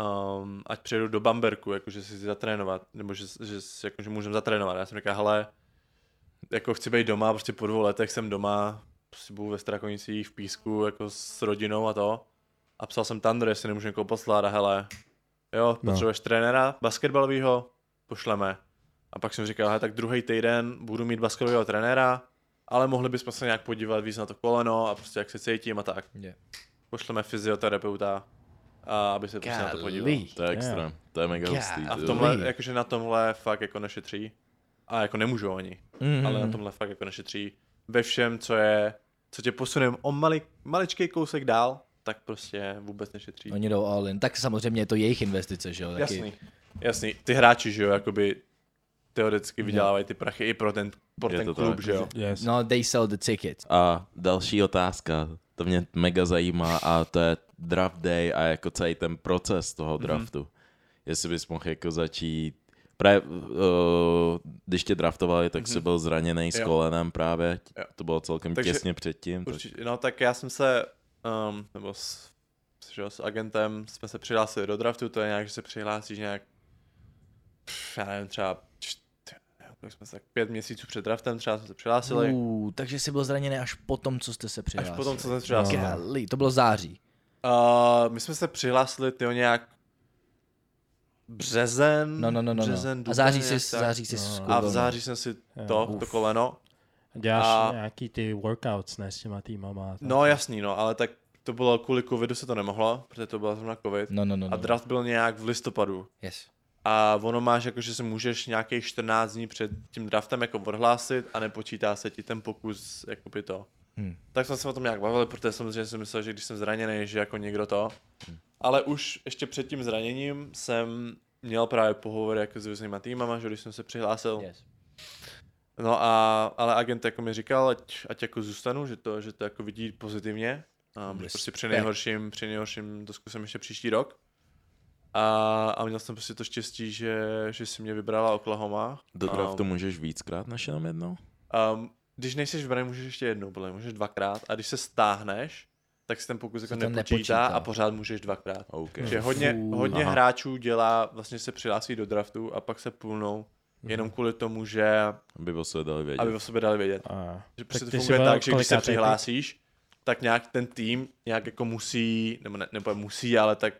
ať přijedu do Bamberku, jakože si zatrénovat, nebo že můžeme zatrénovat. Já jsem říkal, hele, jako chci být doma, prostě po 2 letech jsem doma, prostě budu ve Strakonicích v Písku, jako s rodinou a to. A psal jsem Thunder, jestli nemůžu někoho poslat a hele, jo, potřebuješ trenéra basketbalového, pošleme. A pak jsem říkal, hele, tak druhý týden budu mít basketbalového trenéra, ale mohli bychom se nějak podívat víc na to koleno a prostě jak se cítím a tak. Yeah. Pošleme fyzioterapeuta, a aby se prostě na to podíval. To je extra, to je mega hustý. A v tomhle, jakože na tomhle fakt jako nešetří. A jako nemůžou ani, ale na tomhle fakt jako nešetří. Ve všem, co tě posune o maličkej kousek dál, tak prostě vůbec nešetří. Oni jdou all in. Tak samozřejmě je to jejich investice, že jo? Jasný. Ty hráči, že jo, jakoby teoreticky vydělávají ty prachy i pro ten klub, že jo? Yes. No, they sell the ticket. A další otázka, to mě mega zajímá a to je draft day a jako celý ten proces toho draftu. Jestli bys mohl jako začít, právě když tě draftovali, tak jsi byl zraněný s kolenem právě, to bylo celkem těsně předtím. Určitě, no tak já jsem se, nebo s agentem jsme se přihlásili do draftu, to je nějak, že se přihlásíš nějak, já nevím, třeba jsme se tak 5 měsíců před draftem třeba jsme se přihlásili. Takže jsi byl zraněný až potom, co jste se přihlásili. Až potom, co jsme se přihlásili. To bylo září. My jsme se přihlásili nějak březen, březen, a září si a v září jsem si to koleno. Děláš nějaký ty workouts, ne, s těma týmama. No jasný, ale tak to bylo kvůli covidu se to nemohlo, protože to byla zrovna covid. A draft byl nějak v listopadu. Yes. A ono máš jako, že se můžeš nějakých 14 dní před tím draftem jako odhlásit a nepočítá se ti ten pokus jakoby to. Tak jsme se o tom nějak bavili, protože samozřejmě jsem myslel, že když jsem zraněný, že jako někdo to. Ale už ještě před tím zraněním jsem měl právě pohovory jako s různýma týmama, že když jsem se přihlásil. Yes. No ale agent jako mi říkal, ať jako zůstanu, že to jako vidí pozitivně. Že prostě při nejhorším to zkusím ještě příští rok. A měl jsem prostě to štěstí, že si mě vybrala Oklahoma. Do draftu můžeš víckrát než jenom jednou? Když nejseš vybraný, můžeš ještě jednou, můžeš 2krát. A když se stáhneš, tak si ten pokus jako nepočítá a pořád můžeš 2krát. Okay. Takže hodně hráčů dělá, vlastně se přihlásí do draftu a pak se půlnou jenom kvůli tomu, že aby o sobě dali vědět. Že prostě to funguje tak, že když se přihlásíš, tak nějak ten tým nějak jako musí, nebo musí, ale tak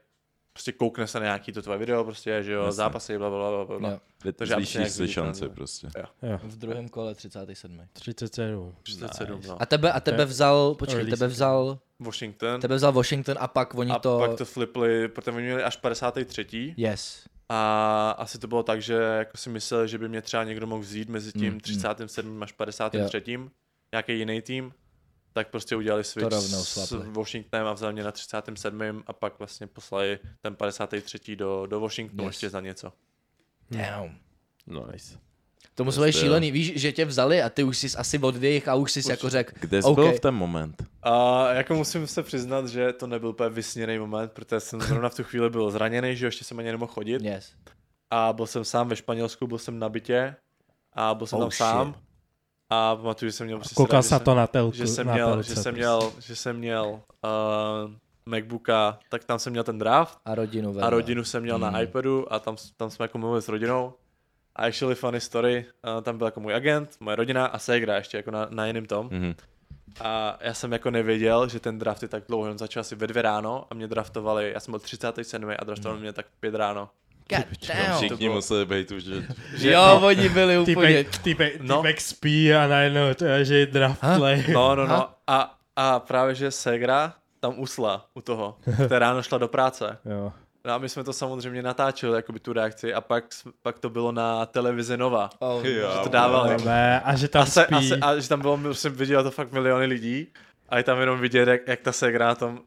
prostě koukne se na nějaký to tvoje video, prostě, že jo, Jasně. zápasy, blablabla. Jo. Takže Zvýšíš nějak si vidíš, šance ne? prostě. Jo. V druhém kole 37. 37. 37, Nice. no. A tebe vzal, počkej, Early tebe vzal Washington a pak oni a to... pak to flipli, protože oni měli až 53. Yes. A asi to bylo tak, že jako si myslel, že by mě třeba někdo mohl vzít mezi tím 37. až 53. Nějaký jiný tým, tak prostě udělali switch s Washingtonem a vzali mě na 37. a pak vlastně poslali ten 53. do Washingtonu ještě za něco. Damn. Nice. To muselo být šílený, víš, že tě vzali a ty už jsi asi oddych a už jsi jako řekl, Kde jsi byl v ten moment? A jako musím se přiznat, že to nebyl úplně vysněný moment, protože jsem zrovna v tu chvíli byl zraněný, že ještě jsem ani nemohl chodit. Yes. A byl jsem sám ve Španělsku, byl jsem na bytě a byl jsem tam sám. A pamatuju, že jsem měl prostě Koukal se to na telku. že jsem měl Macbooka, tak tam jsem měl ten draft. A rodinu. A rodinu jsem měl na iPadu a tam jsme jako mluvili s rodinou. A actually funny story, tam byl jako můj agent, moje rodina a ségra ještě jako na jiném tom. Mhm. A já jsem jako nevěděl, že ten draft je tak dlouho, on začal asi ve 2 ráno a mě draftovali, já jsem byl 37. a draftovali mě tak v 5 ráno. God damn. Všichni museli být už, že... Jo, oni byli úplně... Týpek spí a najednou to je, že je draft play. No. A právě, že ségra tam usla u toho, která ráno šla do práce. Jo. No a my jsme to samozřejmě natáčeli, jakoby tu reakci a pak to bylo na televizi Nova. Že to dávali. A že tam spí. A že tam bylo, jsem viděl to fakt miliony lidí a je tam jenom vidět, jak ta ségra na tom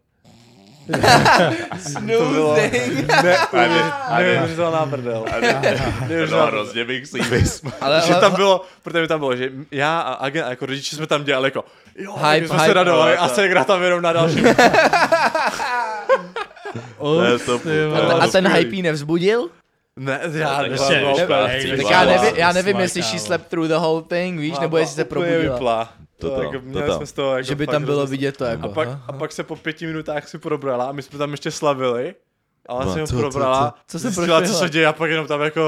Snoozing. neuvěřitelná prdel. No, hrozně bych si jí vysmál. Že tam bylo, protože mi tam bylo, že já a agent a jako rodiči jsme tam dělali jako jo, Hype, jsme se radovali a ségra tam jenom na dalším. A ten hype jí nevzbudil? Ne, Tak já nevím, jestli she slept through the whole thing, víš, nebo jestli se probudila. Že by tam bylo vidět to jako. A pak se po 5 minutách si probrala a my jsme tam ještě slavili. A ona se ho probrala, co se zjistila, co se děje a pak jenom tam jako...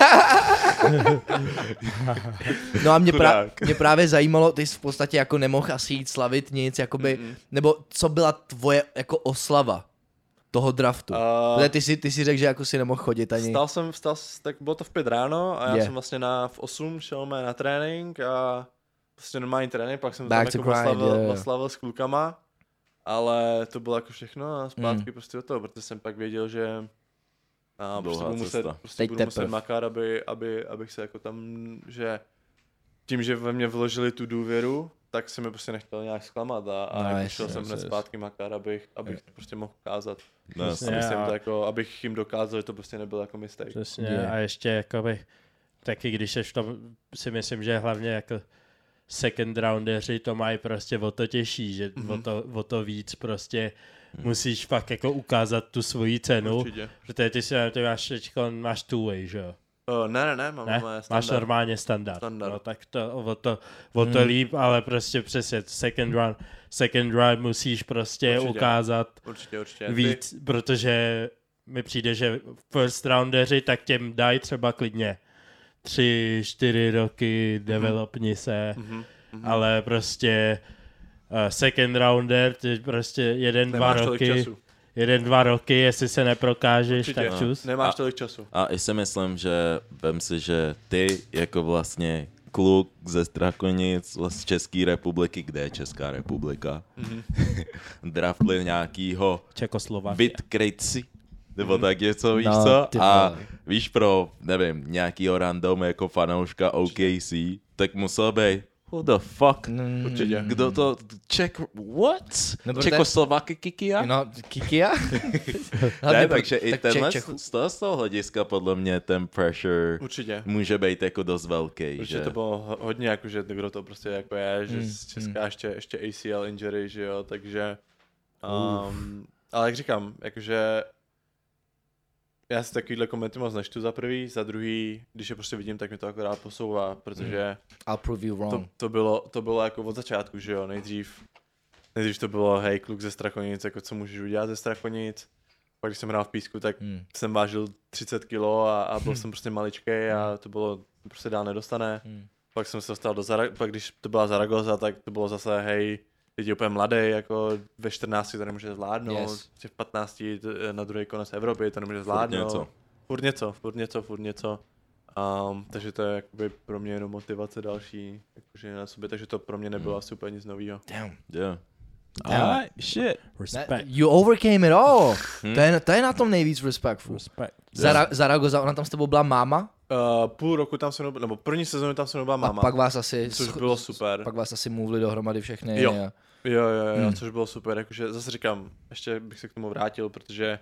No a mě právě zajímalo, ty jsi v podstatě jako nemohl asi jít slavit nic, jakoby, nebo co byla tvoje jako oslava toho draftu? Ty si řekl, že jako si nemohl chodit ani. Tak bylo to v 5 ráno a já jsem vlastně v 8 šel na trénink a prostě normální trénink, pak jsem tam jako oslavil s klukama, ale to bylo jako všechno a zpátky prostě do toho, protože jsem pak věděl, že prostě budu muset makat, abych se jako tam, že tím, že ve mě vložili tu důvěru, tak jsem mi prostě nechtěl nějak zklamat a šel jsem hned zpátky makat, abych prostě mohl ukázat. Abych jim dokázal, že to prostě nebyl jako mistake. Přesně, a ještě jakoby, taky když seš to, si myslím, že hlavně jako second roundeři to mají prostě o to těžší, že o to víc prostě musíš fakt jako ukázat tu svoji cenu. Určitě. Protože ty máš two-way, že jo? Ne, mám standard. Máš normálně standard. No, tak o to líp, ale prostě přesně second round musíš prostě ukázat víc, protože mi přijde, že first roundeři tak těm dají třeba klidně 3-4 roky, developni se, ale prostě second rounder, ty prostě 1-2 roky, jestli se neprokážeš, určitě, tak čus. Nemáš tolik času. A i si myslím, že vem si, že ty jako vlastně kluk ze Strakonic z České republiky, kde je Česká republika, draftli nějakýho Vitkrejci, nebo tak něco, víš co? A víš pro, nevím, nějakýho random jako fanouška OKC, tak musel být who the fuck? Určitě. Kdo to? What? Čekoslováky Kikia? No, Kikia? Ne, takže i tenhle z toho hlediska podle mě ten pressure může být jako dost velký. Určitě to bylo hodně jako, že kdo to prostě jako je, že z Česká ještě ACL injury, že jo, takže ale jak říkám, jakože já si takovýhle komenty moc nečtu za prvý, za druhý, když je prostě vidím, tak mi to akorát posouvá, protože I'll prove you wrong. To bylo jako od začátku, že jo, nejdřív to bylo hej, kluk ze Strakonic, jako co můžeš udělat ze Strakonic, pak když jsem hrál v Písku, tak jsem vážil 30 kilo a byl jsem prostě maličkej a to bylo prostě dál nedostane. Pak jsem se dostal pak když to byla Zaragoza, tak to bylo zase hej, teď je úplně mladý, jako ve 14 to nemůže zvládnout, v 15 na druhý konec Evropy to nemůže zvládnout. Furt něco. Takže to je jakoby pro mě jenom motivace další, jakože na sobě, takže to pro mě nebylo asi úplně nic novýho. Damn. Yeah. Alright, shit. Respect. You overcame it all. To je na tom nejvíc respectful. Respect. Zaragoza, ona tam s tebou byla máma? Půl roku tam se mnou, nebo první sezónu tam se mnou byla máma. A pak vás asi... Což bylo super. Pak vás asi mluvili dohromady všechny. Jo, což bylo super, jakože zase říkám, ještě bych se k tomu vrátil, protože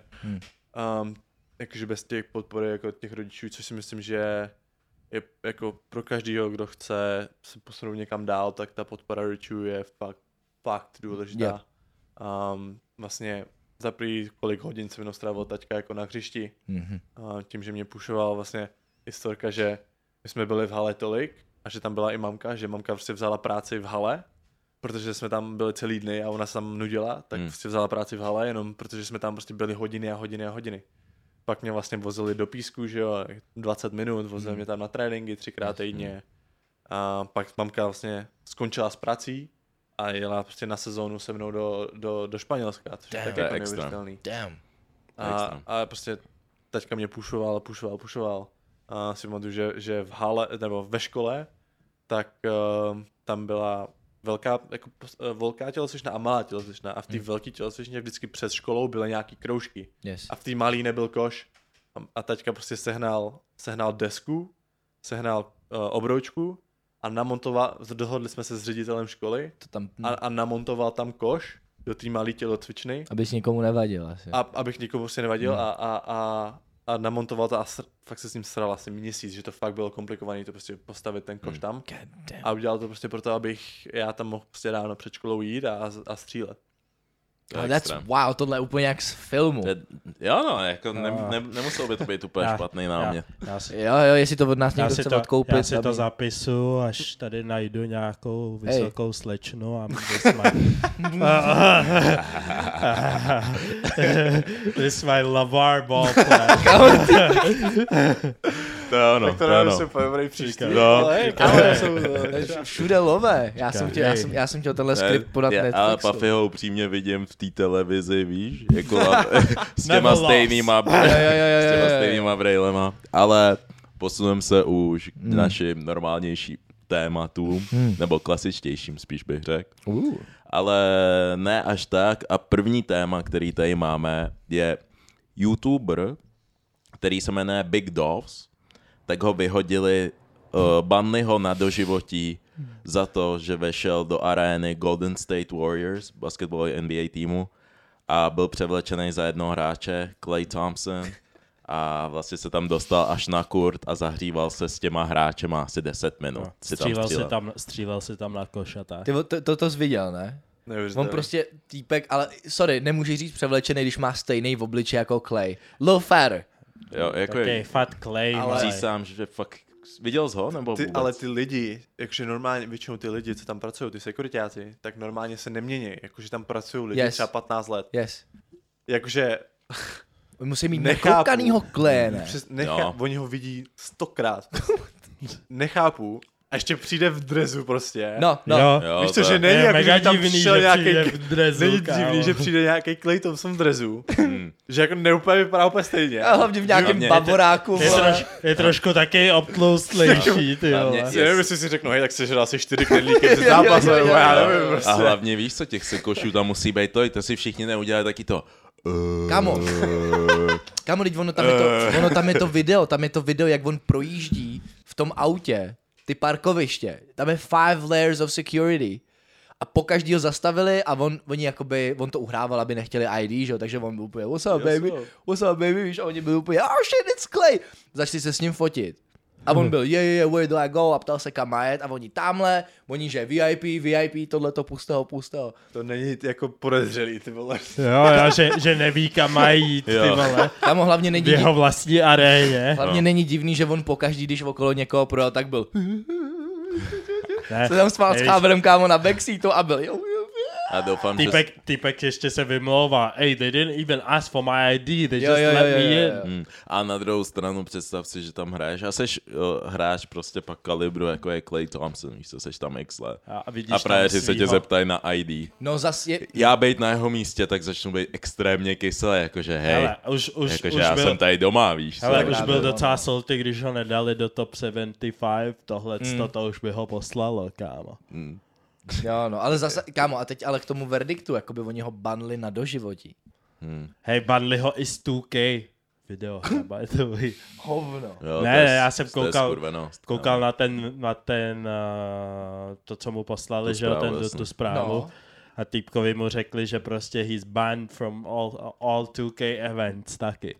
jakože bez těch podpory jako těch rodičů, což si myslím, že je jako pro každýho, kdo chce se posunout někam dál, tak ta podpora rodičů je fakt důležitá. Vlastně za první kolik hodin se mnou strávil taťka jako na hřišti. Tím, že mě pušoval vlastně historka, že my jsme byli v hale tolik a že tam byla i mamka, že mamka prostě vzala práci v hale, protože jsme tam byli celý dny a ona se tam nudila, tak prostě vzala práci v hale, jenom protože jsme tam prostě byli hodiny a hodiny. Pak mě vlastně vozili do písku, že jo, 20 minut, vozili mě tam na tréninky 3x týdně. A pak mamka vlastně skončila s prací a jela prostě na sezónu se mnou do Španělska, což je taky neuvěřitelný. A prostě taťka mě pušoval. A si pamatuju, že v hale, nebo ve škole, tak tam byla velká tělocvična a malá tělocvična. A v té velké tělocvičně vždycky před školou byly nějaký kroužky. Yes. A v té malý nebyl koš. A taťka prostě sehnal desku, sehnal obroučku a dohodli jsme se s ředitelem školy a namontoval tam koš do té malé tělocvičny. Abys nikomu nevadil asi. Abych nikomu prostě nevadil a namontoval to a fakt se s ním sral asi měsíc, že to fakt bylo komplikované to prostě postavit ten koš tam. A udělal to prostě proto, abych já tam mohl prostě ráno před školou jít a střílet. Wow, tohle je úplně jak z filmu. Jo no, jako nemuselo by to být úplně špatný námět. Jo, jestli to od nás někdo chce odkoupit. Já si to zapisu, až tady najdu nějakou vysokou slečnu a this is my Lavar ball plan. To ano, to je super dobrý přístup. Všude lové. Já jsem chtěl tenhle skript podat Netflixu. Ale Puffy ho upřímně vidím v té televizi, víš, jako s těma stejnýma brejlema. Ale posuneme se už k našim normálnějším tématům, nebo klasičtějším spíš bych řekl. Ale ne až tak. A první téma, který tady máme, je YouTuber, který se jmenuje Big Doves. Tak ho vyhodili, banli ho na doživotí za to, že vešel do arény Golden State Warriors, basketbalového NBA týmu, a byl převlečený za jednoho hráče, Klay Thompson, a vlastně se tam dostal až na kurt a zahříval se s těma hráčema asi 10 minut. Střílel si tam na koš a tak. To jsi viděl, ne? On prostě týpek, ale sorry, nemůžeš říct převlečený, když má stejný v obliči jako Klay. Lil Fatter. Jo, jako okay, fat Klay. Ale říkám, že fakt... Viděl jsi ho, nebo vůbec? Ale ty lidi, jakože normálně, většinou ty lidi, co tam pracují, ty sekuritáci, tak normálně se nemění, jakože tam pracují lidi třeba 15 let. Yes. Jakože... Musí mít nekoukanýho Klaye, ne? Oni ho vidí 100krát. Nechápu. A ještě přijde v drezu prostě. No. Jo, víš co, že není jako, že tam přišel nějaký... v drezu, není divný, že přijde nějaký Klay Thompson v drezu. Že jako neúplně vypadá úplně stejně. A hlavně v nějakém baboráku. Je trošku taky obtloustlejší, ty jo. Nevím, jestli si řeknu, hej, tak se žral asi 4 knedlíky před zápasem, já nevím prostě. A hlavně víš co, těch sekošů tam musí být to si všichni neudělali taky to... Kámo, teď ono tam je to video, jak on projíždí v tom autě, ty parkoviště, tam je 5 layers of security. A pokaždý ho zastavili a on to uhrával, aby nechtěli ID, že jo, takže on byl úplně, what's up baby, víš, a oni byli úplně, oh shit, it's Klay. Začali se s ním fotit. A on byl, yeah, where do I go? A ptal se, kam má jet. A oni tamhle, oni, že VIP, tohleto, puste ho. To není jako podezřelý, ty vole. Jo, že neví, kam má jít, ty vole. Tam hlavně není... V jeho vlastní aréně. Hlavně není divný, že on pokaždý, když okolo někoho projel, tak byl... Se tam spál s cháberem, kámo, na backseatu a byl... A doufám, že... Týpek ještě se vymlouvá. Hey, they didn't even ask for my ID, they Jo, just jo, let jo, me jo, in. jo. A na druhou stranu představ si, že tam hraješ a seš hráč prostě pak kalibru, jako je Klay Thompson, víš co, seš tam x let. A vidíš A frajeři tam se tě svýho. zeptají na ID. No zas je... Já bejt na jeho místě, tak začnu být extrémně kyselý, jakože hej, Hele, už jakože já jsem tady doma, víš co. Hele, Tak už rád byl byl, docela no. salty, když ho nedali do top 75, to už by ho poslalo, kámo. Jo, no, ale zase, kámo, a teď ale k tomu verdiktu, jakoby oni ho banli na doživotí. Hej, banli ho i z 2K video, by the way. Hovno. Jo, Ne, to je- já jsem to je koukal- skurvenost, Koukal na ten to, co mu poslali, Tu že jo, zprávu, tu jasně. zprávu. No. A týpkovi mu řekli, že prostě he's banned from all 2K events taky.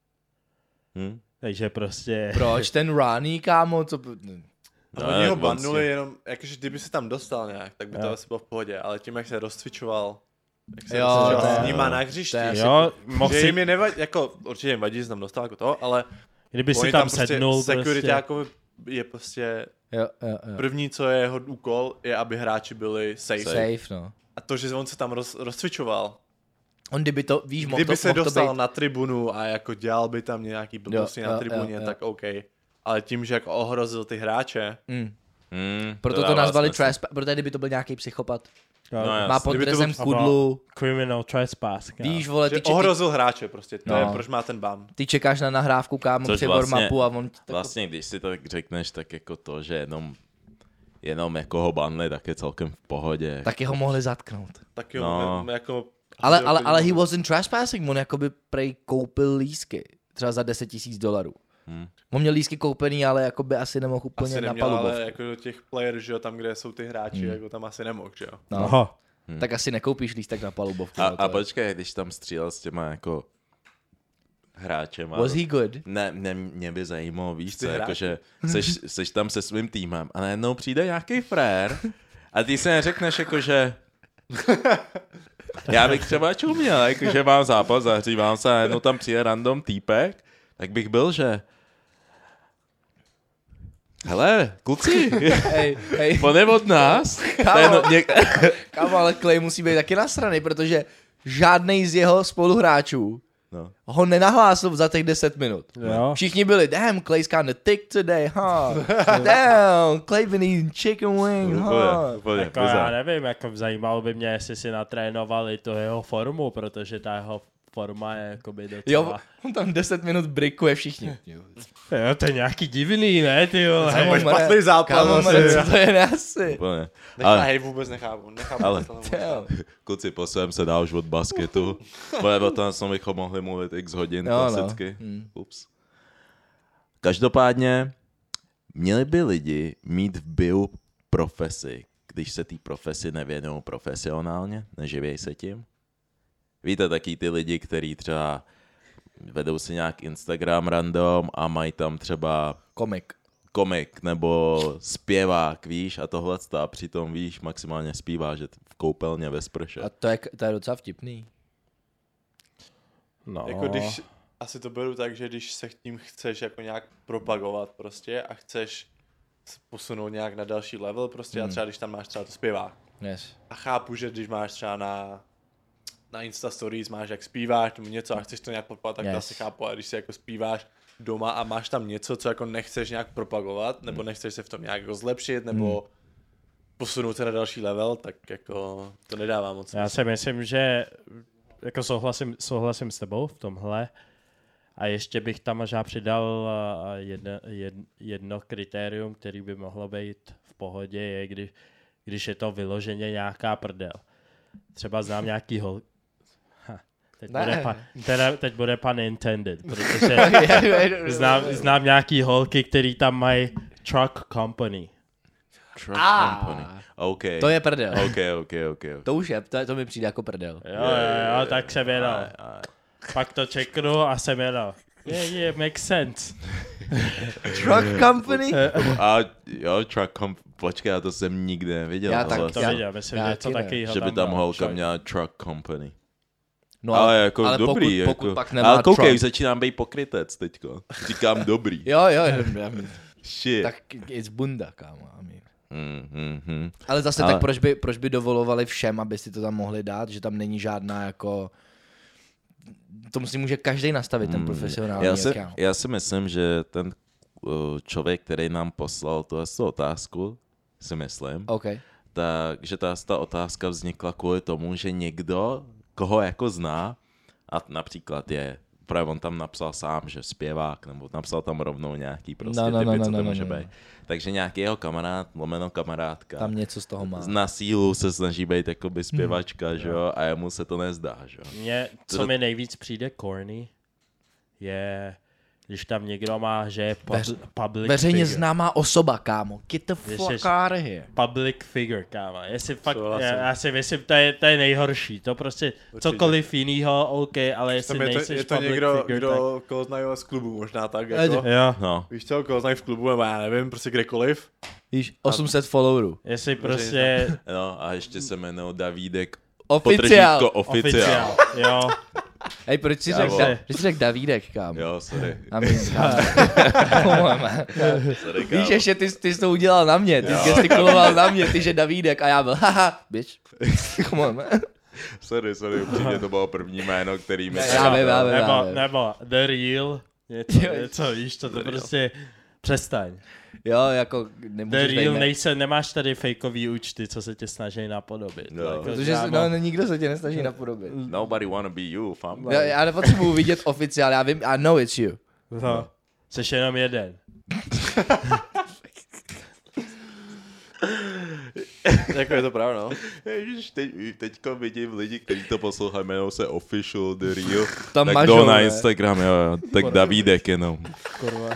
Takže prostě... Proč ten Rani, kámo, co... A No, oni ho jak on bannuli si- jenom, jakože kdyby se tam dostal nějak, tak by to Jo. asi bylo v pohodě, ale tím, jak se rozcvičoval, jak se Jo, rozcvičoval to s je- nima na hřišti, to je asi- Jo, mohl že si, jim je nevadí, jako určitě jim vadí, že se tam dostal jako to, ale kdyby si oni tam prostě sednul security prostě. jako je prostě Jo. první, co je jeho úkol, je, aby hráči byli safe. Safe, no. A to, že on se tam rozcvičoval, On kdyby to, víš, mohl kdyby to, se mohl to dostal být... na tribunu a jako dělal by tam nějaký blbosti na jo, tribuně, jo. tak OK. Ale tím, že jako ohrozil ty hráče, Proto to dává nazvali smysl. trespass, protože kdyby to byl nějaký psychopat. Jo, No, Má jasně. pod Kdyby to trezem byl- kudlu, criminal trespass. kámo. víš, vole, že ty ohrozil hráče prostě, to No. je proč má ten ban. ty čekáš na nahrávku, kámo, Což při vlastně- warm-upu a on... ti tak- Vlastně, když si to tak řekneš, tak jako to, že jenom jako ho banli, tak je celkem v pohodě. Taky ho mohli zatknout. Tak jo, No. jako... Ale he wasn't trespassing, on jakoby prej koupil lístky. Třeba za $10,000. On měl lístky koupený, ale jakoby asi nemohl úplně asi na neměl, palubovku. ale jako do těch players, že jo, tam, kde jsou ty hráči, jako tam asi nemohl, že jo. No. Aha. Tak asi nekoupíš lístek na palubovku. A no, to je- počkej, když tam střílel s těma jako hráčema. Was he good? Ne, mě by zajímalo, víš co, Ty hráči. jakože seš tam se svým týmem a najednou přijde nějaký frér a ty si neřekneš jakože já bych třeba čuměl, jakože mám zápas, zahřívám se a najednou tam přijde random týpek, tak bych byl, že hele, kluci, Hej, on je od nás. kámo, ale Clay musí být taky nasraný, protože žádnej z jeho spoluhráčů No. ho nenahlásil za těch 10 minut. Jo. Všichni byli, damn, Clay's kinda thick today, huh? Damn, Clay been eating chicken wing, huh? Úplně, Jako já nevím, jako zajímalo by mě, jestli si natrénovali to jeho formu, protože ta jeho forma je jakoby docela... Jo, on tam 10 minut brikuje všichni. Jo, to je nějaký divný, ne, ty vole. Kámo, Máš špatný zápas kámo, zase. co to je nasi? Úplně. Nechápu, Ale vůbec nechápu. Ale- Damn. kluci, posuneme se dál už od basketu. O tom jsme bychom mohli mluvit x hodin Jo, no. klasicky. Ups. Každopádně, měli by lidi mít v bio profesi, když se té profesi nevěnují profesionálně, neživějí se tím? Víte, taky ty lidi, kteří třeba vedou si nějak Instagram random a mají tam třeba komik nebo zpěvák, víš, a tohle a přitom, víš, maximálně zpívá, že v koupelně ve sprše. A to je docela vtipný. No. Jako když, asi to beru tak, že když se tím chceš jako nějak propagovat prostě a chceš posunout nějak na další level prostě a třeba když tam máš třeba to zpěvák. Yes. A chápu, že když máš třeba na Insta Stories máš jak zpíváš nebo něco a chceš to nějak podporovat, tak to Yes. asi chápu, ale když si jako zpíváš doma a máš tam něco, co jako nechceš nějak propagovat, nebo nechceš se v tom nějak jako zlepšit, nebo posunout se na další level, tak jako to nedává moc. Já si myslím, že jako souhlasím s tebou v tomhle a ještě bych tam možná přidal jedno kritérium, který by mohlo být v pohodě, je když je to vyloženě nějaká prdel. Třeba znám nějaký teď bude pun intended, protože znám nějaký holky, který tam mají truck company. Truck company. OK. To je prdel. OK. To už je, to mi přijde jako prdel. Jo, tak jsem jenom. Pak to čeknu a jsem jenom. Yeah, makes sense. Truck company? A jo, truck company. Počkej, já to jsem nikdy neviděl. Já tak- ale To Já- viděl, myslím, já že něco taky ne. takového že by tam holka šel. měla truck company. No, ale jako ale dobrý. pokud pak jako. nemá Ale koukej, Trump. začínám být pokrytec teďko. Říkám dobrý. Jo, Shit. tak it's bunda, kámo. I mean. Ale zase tak proč by dovolovali všem, aby si to tam mohli dát, že tam není žádná jako... To si může každý nastavit, ten profesionální account. Já si myslím, že ten člověk, který nám poslal tu otázku, si myslím, takže ta otázka vznikla kvůli tomu, že někdo, koho jako zná, a například je, právě on tam napsal sám, že zpěvák, nebo napsal tam rovnou nějaký prostě typy, co to může být. Takže nějaký jeho kamarád, kamarádka. Tam něco z toho má. Na sílu se snaží být jakoby zpěvačka, že jo, a jemu se to nezdá, že jo. Co mi nejvíc přijde corny, je, když tam někdo má, že je public veřejně figure. Známá osoba, kámo. Get the fuck out of here. Public figure, kámo. Jestli fakt, já si myslím, to je nejhorší. To prostě cokoliv jinýho, OK, ale jestli nejseš je to public někdo, figure, kdo koho znají z klubu, možná tak, jako. Jo. No. Víš co, koho znají v klubu, nebo já nevím, prostě kdekoliv. Víš, 800 followerů. Jestli prostě... No a ještě se jmenuje Davídek. Oficiál. Oficiál. Jo. Hej, proč jsi řekl Davídek, kámo? Jo, sorry. Sorry, Víš, ještě ty jsi to udělal na mě, ty jsi gestikuloval na mě, ty že Davídek a já byl haha, bitch. Come on, man. Sorry, určitě to bylo první jméno, který mi... Nebo The Real, něco, víš, to prostě přestaň. Jo, jako nemůžeš The Real nemáš tady fejkový účty, co se tě snaží napodobit. No. Jako, protože nikdo se tě nesnaží napodobit. Nobody wanna be you, fam. Já nepotřebuji vidět oficiál, já vím, I know it's you. No. Jseš jenom jeden. Jako je to pravda, no. Ježiš, teďka vidím lidi, kteří to poslouchají, jmenou se Official The Real. Tam tak mažou, jdou na ne? Instagram, jo, tak Davídek jenom. Kurva.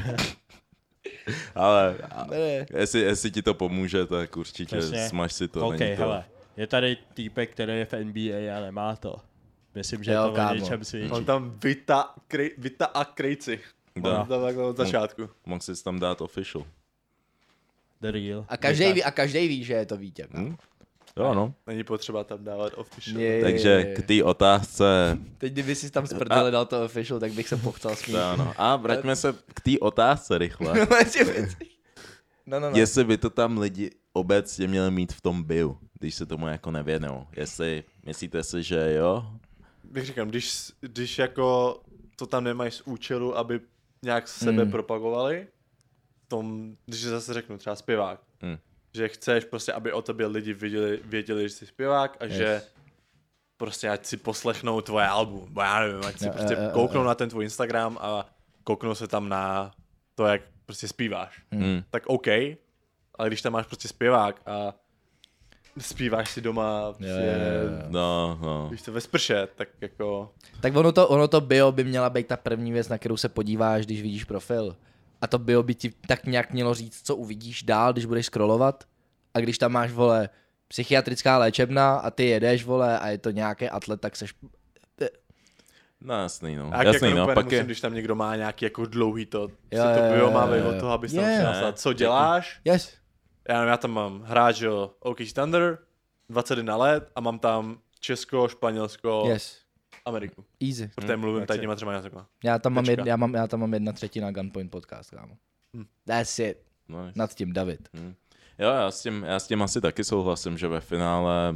Ale jestli ti to pomůže, tak určitě Přesně. smaž si to. OK, hele, je tady týpek, který je v NBA a nemá to. Myslím, že Jo, je to o kámo. něčem svědčí. On tam Vita a Krejci. Da. On tam takhle od začátku. Mohl jsi tam dát Official. The Real. A každý ví, že je to Vítěk. Jo, no. Není potřeba tam dávat official. Takže k té otázce... Teď kdyby si tam z prdele dal to official, tak bych se pochcal smích. No. A vraťme se k té otázce rychle. No. Jestli by to tam lidi obecně měli mít v tom bio, když se tomu jako nevěnou. Jestli myslíte si, že jo? Bych říkal, když jako to tam nemají z účelu, aby nějak sebe propagovali, když zase řeknu třeba zpěvák, že chceš prostě, aby o tobě lidi věděli, že jsi zpěvák a že prostě ať si poslechnou tvoje album, bo já nevím, ať si prostě kouknou na ten tvůj Instagram a kouknou se tam na to, jak prostě zpíváš. Tak OK, ale když tam máš prostě zpěvák a zpíváš si doma když to ve sprše, tak jako... Tak ono to bio by měla být ta první věc, na kterou se podíváš, když vidíš profil. A to bio by ti tak nějak mělo říct, co uvidíš dál, když budeš scrollovat. A když tam máš, vole, psychiatrická léčebna a ty jedeš, vole, a je to nějaký atlet, tak seš... No jasný, no. A Jasný, jako no. Pak nemusím, když tam někdo má nějaký jako dlouhý to, Jo, bio má být od toho, abys tam si napsal, co děláš. Yes. Já nevím, já tam mám hráč, jo, OK Thunder, 21 let a mám tam Česko, Španělsko, Ameriku. Easy. Protože mluvím tady těma třema jazykama. Já tam mám 1/3 Gunpoint podcast, kámo. That's it. Nice. Nad tím David. Jo, já s tím asi taky souhlasím, že ve finále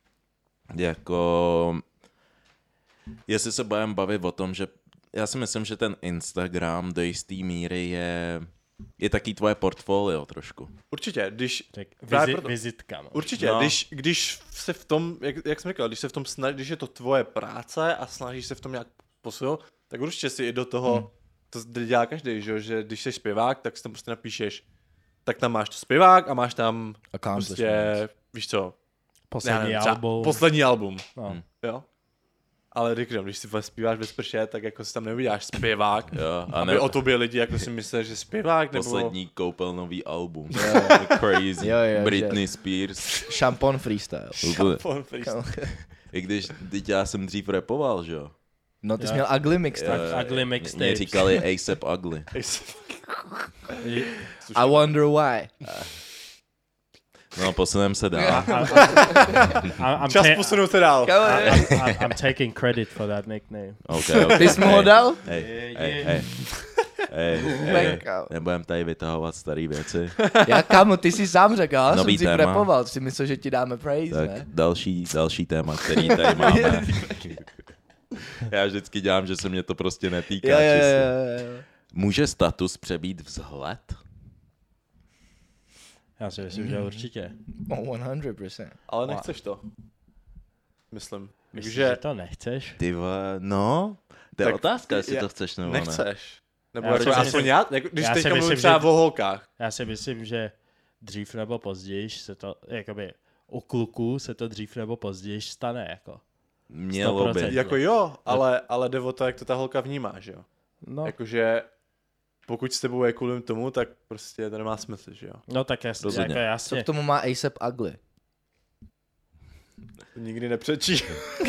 jako jestli se budeme bavit o tom, že já si myslím, že ten Instagram do jisté míry je taky tvoje portfolio trošku. Určitě, Vizitka. No. Určitě, no. Když se v tom, jak jsem říkal, když je to tvoje práce a snažíš se v tom nějak posunout, tak určitě si i do toho, to dělá každý, že když jsi zpěvák, tak si tam prostě napíšeš, tak tam máš to zpěvák a máš tam prostě, víš co, poslední album. No. Jo? Ale když si zpíváš ve sprše, tak jako si tam neuděláš zpěvák, jo, aby o tobě lidi jako si mysleli, že zpěvák nebo... Poslední koupelnový album. Crazy. Britney Spears. Šampon freestyle. I když já jsem dřív rapoval, že jo? No ty jsi měl Ugly mixtape. Ugly mixtape. Mě říkali A$AP Ugly. I wonder why. No, posunem se dál. Čas posunout se dál. I'm taking credit for that nickname. Okay. Ty jsi mu ho dal? Hey. nebudem tady vytahovat staré věci. Já kámo, ty jsi sám řekl, já jsem si téma. prepoval, si myslel, že ti dáme praise, Tak ne? další téma, který tady máme. Já vždycky dělám, že se mě to prostě netýká. Jo. Může status přebít vzhled? Já si myslím, že určitě. Oh, 100%. Ale nechceš to. Myslím. Myslíš, Takže že to nechceš? Ty vole, no. To je Tak otázka, jestli já- to chceš nebo ne. nechceš. Nebo Já jako si myslím- aspoň já, jako, když já si teďka mluvím myslím, třeba že- o holkách. Já si myslím, že dřív nebo později se to, jakoby u kluků se to dřív nebo později stane, jako. Mělo by. 100%. Jako jo, ale jde o to, jak to ta holka vnímá, že jo. No, Jakože pokud s tebou je kvůli tomu, tak prostě to nemá smysl, že jo. no tak jasně, Rozhodně. jako Co jasně. k tomu má ASAP Ugly? To nikdy nepřečí.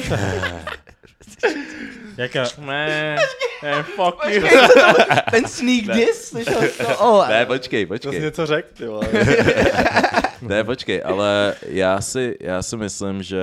Jako, Fuck you. Ten sneak diss, slyšel jsi to? Oh, Ne, počkej. To jsi něco řekl, ty vole. Ne, počkej, ale já si myslím, že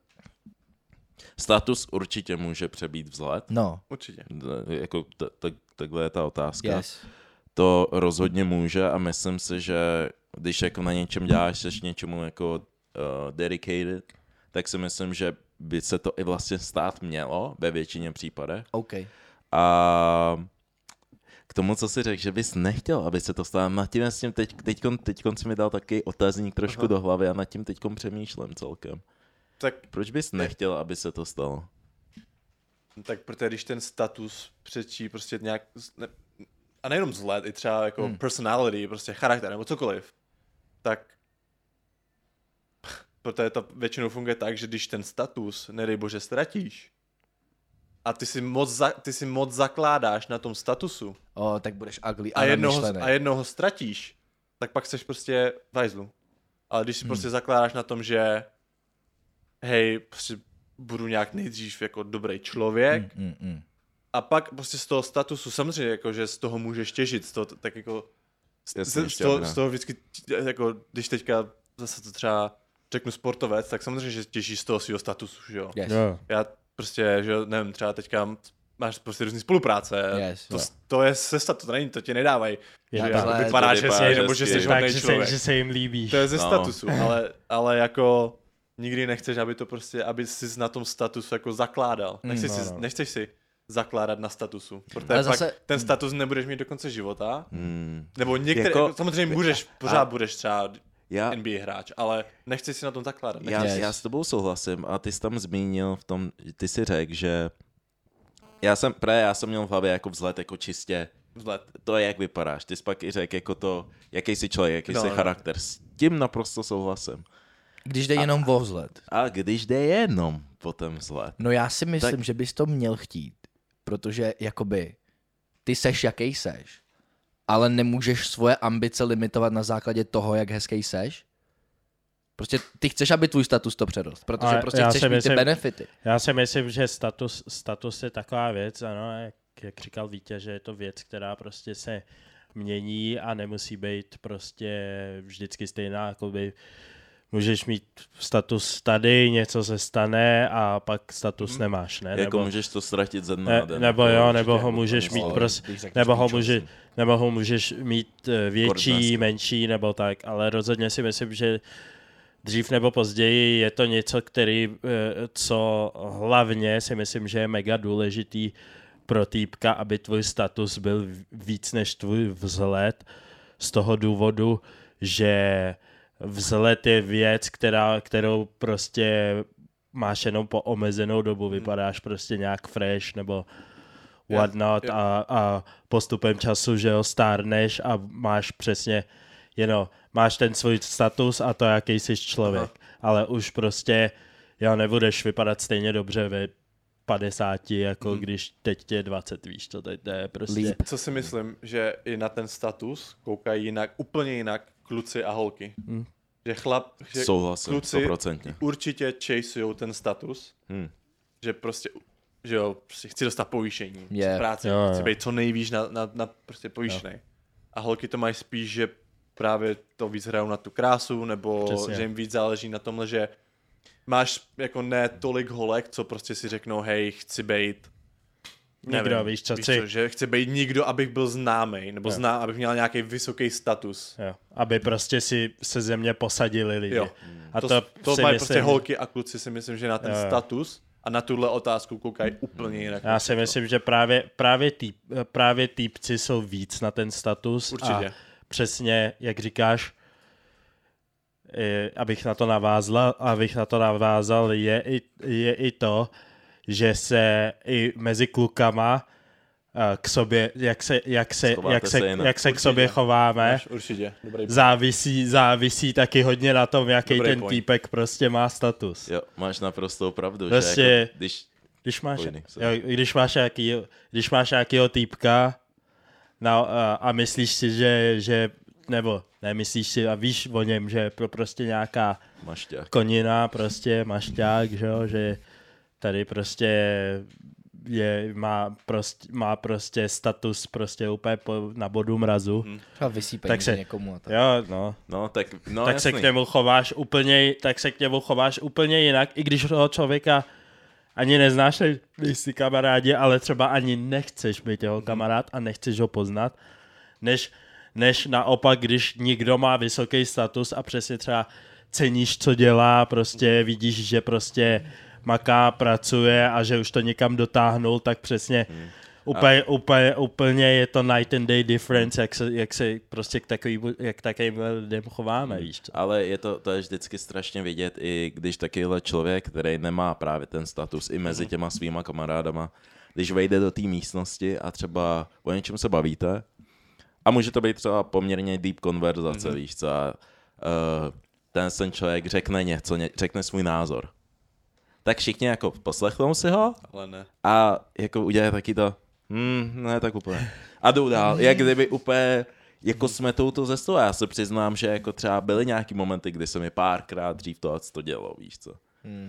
status určitě může přebít vzhled. No, Určitě. Jako takhle je ta otázka. yes. To rozhodně může a myslím si, že když jako na něčem děláš, jsi něčemu jako dedicated, tak si myslím, že by se to i vlastně stát mělo ve většině případech. OK. A k tomu, co jsi řekl, že bys nechtěl, aby se to stalo, nad tím teďkon si mi dal taky otazník trošku do hlavy a nad tím teďkon přemýšlím celkem. Tak, Proč bys nechtěl, aby se to stalo? tak protože když ten status přečí prostě nějak, a nejenom vzhled, i třeba jako personality, prostě charakter nebo cokoliv, tak protože to většinou funguje tak, že když ten status, nedej bože, ztratíš a ty si moc zakládáš na tom statusu Tak budeš ugly a a jednoho namyšlený. ztratíš, tak pak seš prostě v hajzlu. Ale když si prostě zakládáš na tom, že hej, prostě budu nějak nejdřív jako dobrý člověk a pak prostě z toho statusu, samozřejmě jako, že z toho můžeš těžit, z toho tak jako Jasně, z toho vždycky, jako když teďka zase to třeba řeknu sportovec, tak samozřejmě, že těžíš z toho svého statusu, že jo. Yes. jo. Já prostě, že jo, nevím, třeba teďka máš prostě různý spolupráce, Yes, jo. to je se statu, to není, to ti nedávají, Je že tak. jako vypadáš To vypadá hezky, nebo že hezky. jsi Tak, hodnej člověk. že se jim líbíš. To je ze No. statusu, ale jako nikdy nechceš, aby to prostě, aby jsi na tom statusu jako zakládal. Nechceš si zakládat na statusu, protože Ale pak zase- ten status nebudeš mít do konce života. Hmm. Nebo některé, Jako- samozřejmě můžeš, pořád budeš třeba Já, NBA hráč, ale nechceš si na tom zakládat. Yes. já s tebou souhlasím a ty jsi tam zmínil v tom, ty si řekl, že já jsem měl v hlavě jako vzhled jako čistě Vzhled. to, jak vypadáš. Ty jsi pak i řekl jako to, jaký jsi člověk, jaký No, jsi no. charakter. S tím naprosto souhlasím. Když jde jenom o vzhled. A když jde jenom po ten vzhled. No já si myslím, Tak- že bys to měl chtít, protože jakoby ty seš jaký seš, ale nemůžeš svoje ambice limitovat na základě toho, jak hezký seš. Prostě ty chceš, aby tvůj status to předost, protože Ale prostě já chceš si mít ty myslím- benefity. Já si myslím, že status je taková věc, ano, jak říkal Vítě, že je to věc, která prostě se mění a nemusí být prostě vždycky stejná, jakoby můžeš mít status tady, něco se stane a pak status nemáš, ne? Jako můžeš to ztratit ze dne na den. nebo jako jo, určitě. nebo ho můžeš mít nebo ho můžeš mít větší, Koordinaci. menší nebo tak, ale rozhodně si myslím, že dřív nebo později je to něco, co hlavně si myslím, že je mega důležitý pro týpka, aby tvůj status byl víc než tvůj vzhled, z toho důvodu, že vzhled je věc, kterou prostě máš jenom po omezenou dobu, vypadáš prostě nějak fresh nebo whatnot a postupem času, že jo, stárneš a máš přesně, máš ten svůj status a to, jaký jsi člověk. Ale už prostě, nebudeš vypadat stejně dobře ve 50, jako když teď tě je 20, víš co, teď to je prostě... Co si myslím, že i na ten status koukají jinak, úplně jinak kluci a holky. Že Souhlasím, kluci 100%. určitě chasujou ten status, že prostě, že jo, prostě chci dostat povýšení, chci práci, chci být co nejvíc na prostě povýšenej. A holky to mají spíš, že právě to víc hrajou na tu krásu, nebo Přesně. že jim víc záleží na tomhle, že máš jako ne tolik holek, co prostě si řeknou, hej, chci být Nikdo, víš co, že chci být nikdo, abych byl známý, nebo abych měl nějaký vysoký status. Jo. Aby prostě si se ze mě posadili lidi. Jo. A to si mají myslím, prostě holky a kluci si myslím, že na ten status a na tuhle otázku koukají úplně jinak. Já si myslím, že právě týpci jsou víc na ten status. Určitě. A přesně, jak říkáš, abych na to navázal, je i to, že se i mezi klukama k sobě, jak se k sobě chováme, určitě. závisí taky hodně na tom, jaký ten týpek prostě má status. Jo, máš naprostou pravdu, prostě, že jako, když máš nějakýho týpka a myslíš si, že nebo nemyslíš si a víš o něm, že je prostě nějaká konina, prostě mašťák, že tady prostě má prostě status prostě úplně na bodu mrazu. A vysí peníze někomu. A tak. Jo, tak se k němu chováš úplně jinak, i když toho člověka ani neznáš, nejsi kamarádi, ale třeba ani nechceš být jeho kamarád a nechceš ho poznat, než naopak, když někdo má vysoký status a přesně třeba ceníš, co dělá, prostě vidíš, že prostě maká, pracuje a že už to někam dotáhnul, tak přesně úplně je to night and day difference, jak se prostě k takovým lidem chováme, víš co? Ale to je vždycky strašně vidět, i když takovýhle člověk, který nemá právě ten status i mezi těma svýma kamarádama, když vejde do té místnosti a třeba o něčem se bavíte, a může to být třeba poměrně deep konverzace, víš co, ten člověk řekne něco, řekne svůj názor. Tak všichni jako poslechnou si ho ale ne. A jako udělají taky to, ne tak úplně. A jdou dál, jak kdyby úplně jako smetou to ze stola. Já se přiznám, že jako třeba byly nějaký momenty, kdy se mi párkrát dřív to dělo, víš co.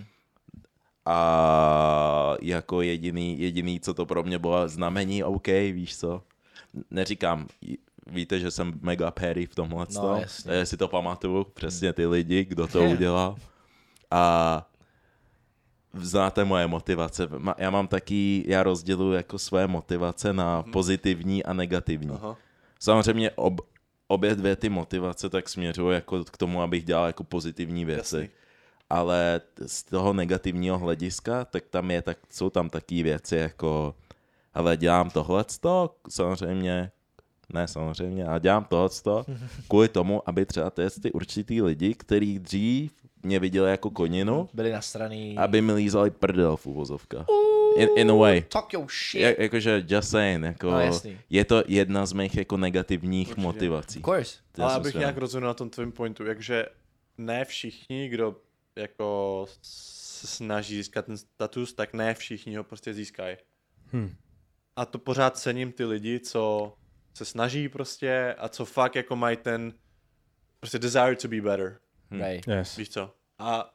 A jako jediný, co to pro mě bylo znamení, OK, víš co. Neříkám, víte, že jsem mega petty v tomhle, takže si to pamatuju, přesně ty lidi, kdo to udělal. A znáte moje motivace. Já rozděluji jako své motivace na pozitivní a negativní. Aha. Samozřejmě obě dvě ty motivace tak směřují jako k tomu, abych dělal jako pozitivní věci. Jasný. Ale z toho negativního hlediska, tak jsou tam taky věci jako ale dělám tohleto, a dělám tohleto kvůli tomu, aby třeba ty určitý lidi, kteří dřív mě viděli jako koninu, byli nasraný, aby mi lízali prdel v uvozovkách. In a way. Talk your shit. Jakože just saying, jako je to jedna z mých jako negativních motivací. Of course. Ale abych nějak rozuměl na tom tvém pointu, jakže ne všichni, kdo jako se snaží získat ten status, tak ne všichni ho prostě získají. A to pořád cením ty lidi, co se snaží prostě a co fakt jako mají ten prostě desire to be better. Right. Yes. Víš co? A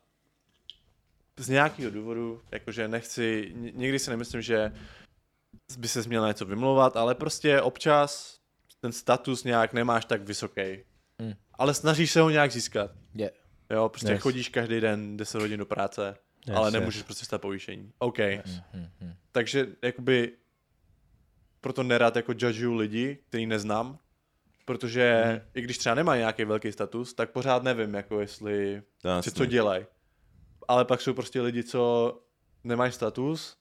z nějakého důvodu, jakože někdy si nemyslím, že by se měl něco vymlouvat, ale prostě občas ten status nějak nemáš tak vysoký. Ale snažíš se ho nějak získat. Yeah. Jo, prostě chodíš každý den 10 hodin do práce, ale nemůžeš prostě stát povýšení. OK. Takže jakoby proto nerad jako judgeuju lidi, který neznám, protože i když třeba nemají nějaký velký status, tak pořád nevím, jako jestli co dělají. Ale pak jsou prostě lidi, co nemají status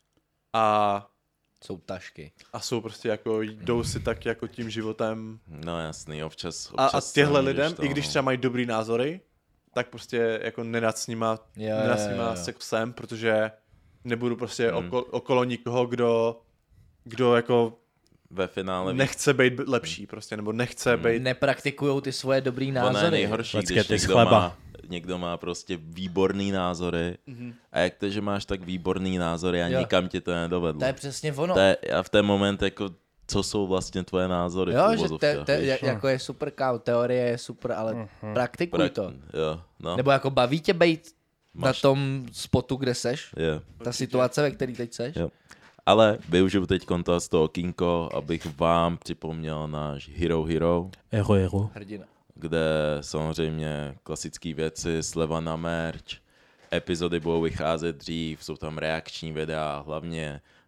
a jsou tašky. A jsou prostě jako, jdou si tak jako tím životem. No jasný, občas a těhle lidem, i když třeba mají dobrý názory, tak prostě jako nenad s nima sexem, protože nebudu prostě okolo nikoho, kdo jako ve finále nechce být lepší prostě, nebo nechce být... Nepraktikujou ty svoje dobrý názory. Ono je nejhorší, když někdo má prostě výborný názory a jak to, že máš tak výborný názory a nikam ti to nedovedlo. To je přesně ono. A v ten moment jako, co jsou vlastně tvoje názory? Jo, že jako je super kámo, teorie je super, ale praktikuj to. Jo, no. Nebo jako baví tě být na tom spotu, kde seš? Jo. Ta situace, ve které teď seš? Jo. Ale využiju teď to okýnko, abych vám připomněl náš Hero. Hrdina. Kde samozřejmě klasické věci, sleva na merch, epizody budou vycházet dřív, jsou tam reakční videa, hlavně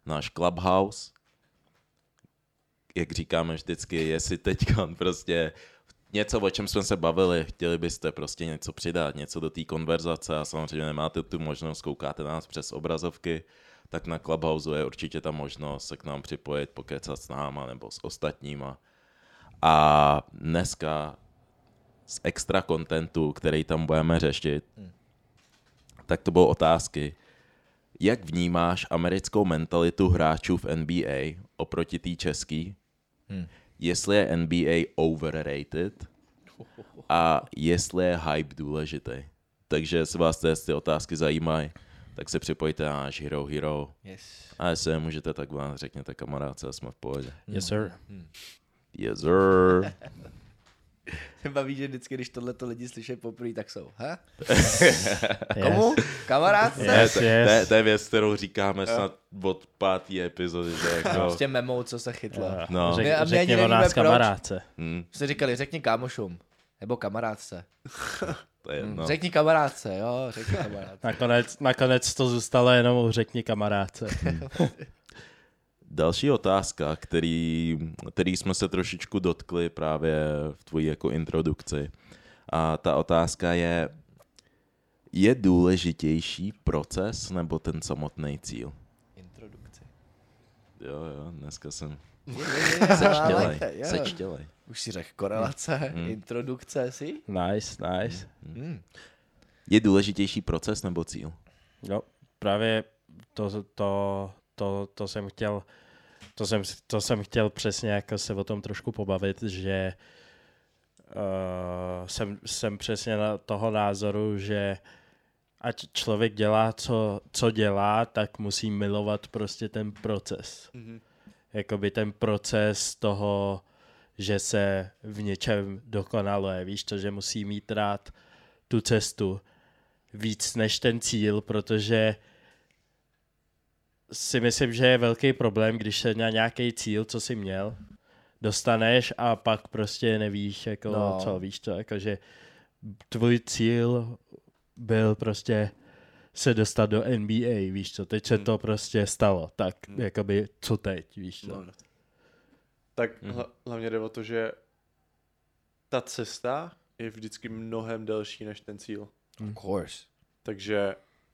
náš Clubhouse, jak říkáme vždycky, jestli teďka prostě něco, o čem jsme se bavili, chtěli byste prostě něco přidat, něco do té konverzace a samozřejmě nemáte tu možnost, koukáte nás přes obrazovky, tak na Clubhouse je určitě ta možnost se k nám připojit, pokecat s náma nebo s ostatníma. A dneska z extra kontentu, který tam budeme řešit, tak to budou otázky. Jak vnímáš americkou mentalitu hráčů v NBA oproti té český? Jestli je NBA overrated a jestli je hype důležitý. Takže jestli vás ty otázky zajímají, tak se připojte na náš Hero. Yes. A jestli je můžete, tak vám řekněte kamarádce a jsme v pohodě. Yes, sir. Yes, sir. Baví, že vždycky, když tohleto lidi slyší poprvé, tak jsou. Ha? Komu? Kamarádce? Yes. To je věc, kterou říkáme snad od 5. epizody. Že jako... Prostě memou, co se chytlo. No. Řekni o nás kamarádce. Jste říkali, řekni kámošům. Nebo kamarádce. To je jedno. Řekni kamarádce, jo, řekni kamarádce. Nakonec to zůstalo jenom u řekni kamarádce. Další otázka, který jsme se trošičku dotkli právě v tvojí jako introdukci. A ta otázka je důležitější proces nebo ten samotný cíl? Introdukci. Jo, dneska jsem Sečtělej. sečtělej. Už si řekl korelace, introdukce si? Nice. Je důležitější proces nebo cíl? No, právě to jsem chtěl přesně jako se o tom trošku pobavit, že jsem přesně na toho názoru, že ať člověk dělá, co dělá, tak musí milovat prostě ten proces. Jakoby ten proces toho, že se v něčem dokonaluje, víš to, že musí mít rád tu cestu víc než ten cíl, protože si myslím, že je velký problém, když se na nějaký cíl, co jsi měl, dostaneš a pak prostě nevíš, jako co, víš to, jakože tvůj cíl byl prostě se dostat do NBA, víš co, teď se to prostě stalo, tak jakoby co teď, víš co. No. Tak hlavně jde o to, že ta cesta je vždycky mnohem delší než ten cíl. Of course. Takže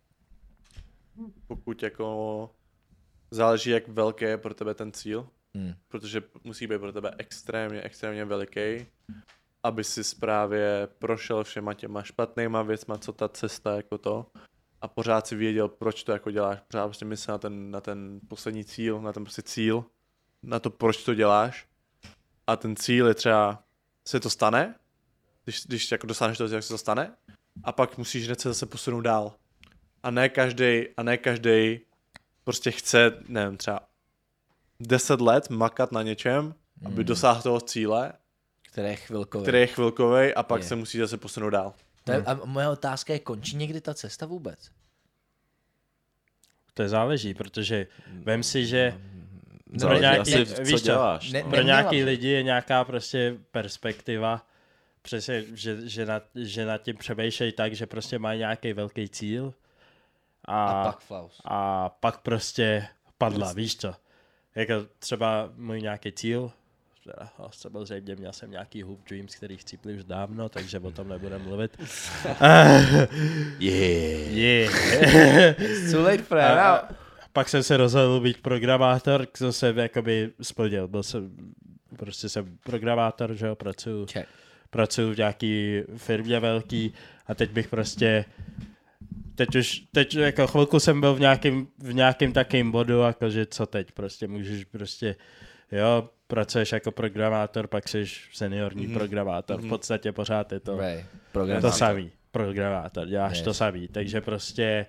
pokud jako záleží, jak velký je pro tebe ten cíl, protože musí být pro tebe extrémně veliký, aby si právě prošel všema těma špatnýma věcma, co ta cesta jako to, a pořád si věděl, proč to jako děláš. Pořád prostě myslel na ten poslední cíl, na ten prostě cíl, na to, proč to děláš. A ten cíl je třeba, se to stane, když jako dosáhneš toho, jak se to stane, a pak musíš hned se zase posunout dál. A ne každý prostě chce, nevím, třeba 10 let makat na něčem, aby dosáhl toho cíle, který je chvilkový, a pak se musí zase posunout dál. A moje otázka je, končí někdy ta cesta vůbec? To záleží, protože vem si, že Záleží asi, co děláš. Pro nějaký lidi je nějaká prostě perspektiva, přesně, že nad tím přemýšlejí tak, že prostě mají nějaký velký cíl a pak prostě padla, víš co. Jako třeba můj nějaký cíl, samozřejmě měl jsem nějaký Hoop Dreams, který chcípli už dávno, takže o tom nebudem mluvit. It's too late for that. Pak jsem se rozhodl být programátor, co jsem jakoby splnil. Jsem programátor, že jo, pracuju v nějaký firmě velký a teď bych prostě teď jako chvilku jsem byl v nějakým takým bodu, jakože co teď, prostě můžeš prostě, jo, pracuješ jako programátor, pak jsi seniorní programátor, v podstatě pořád je to to samý, programátor, děláš to samý, takže prostě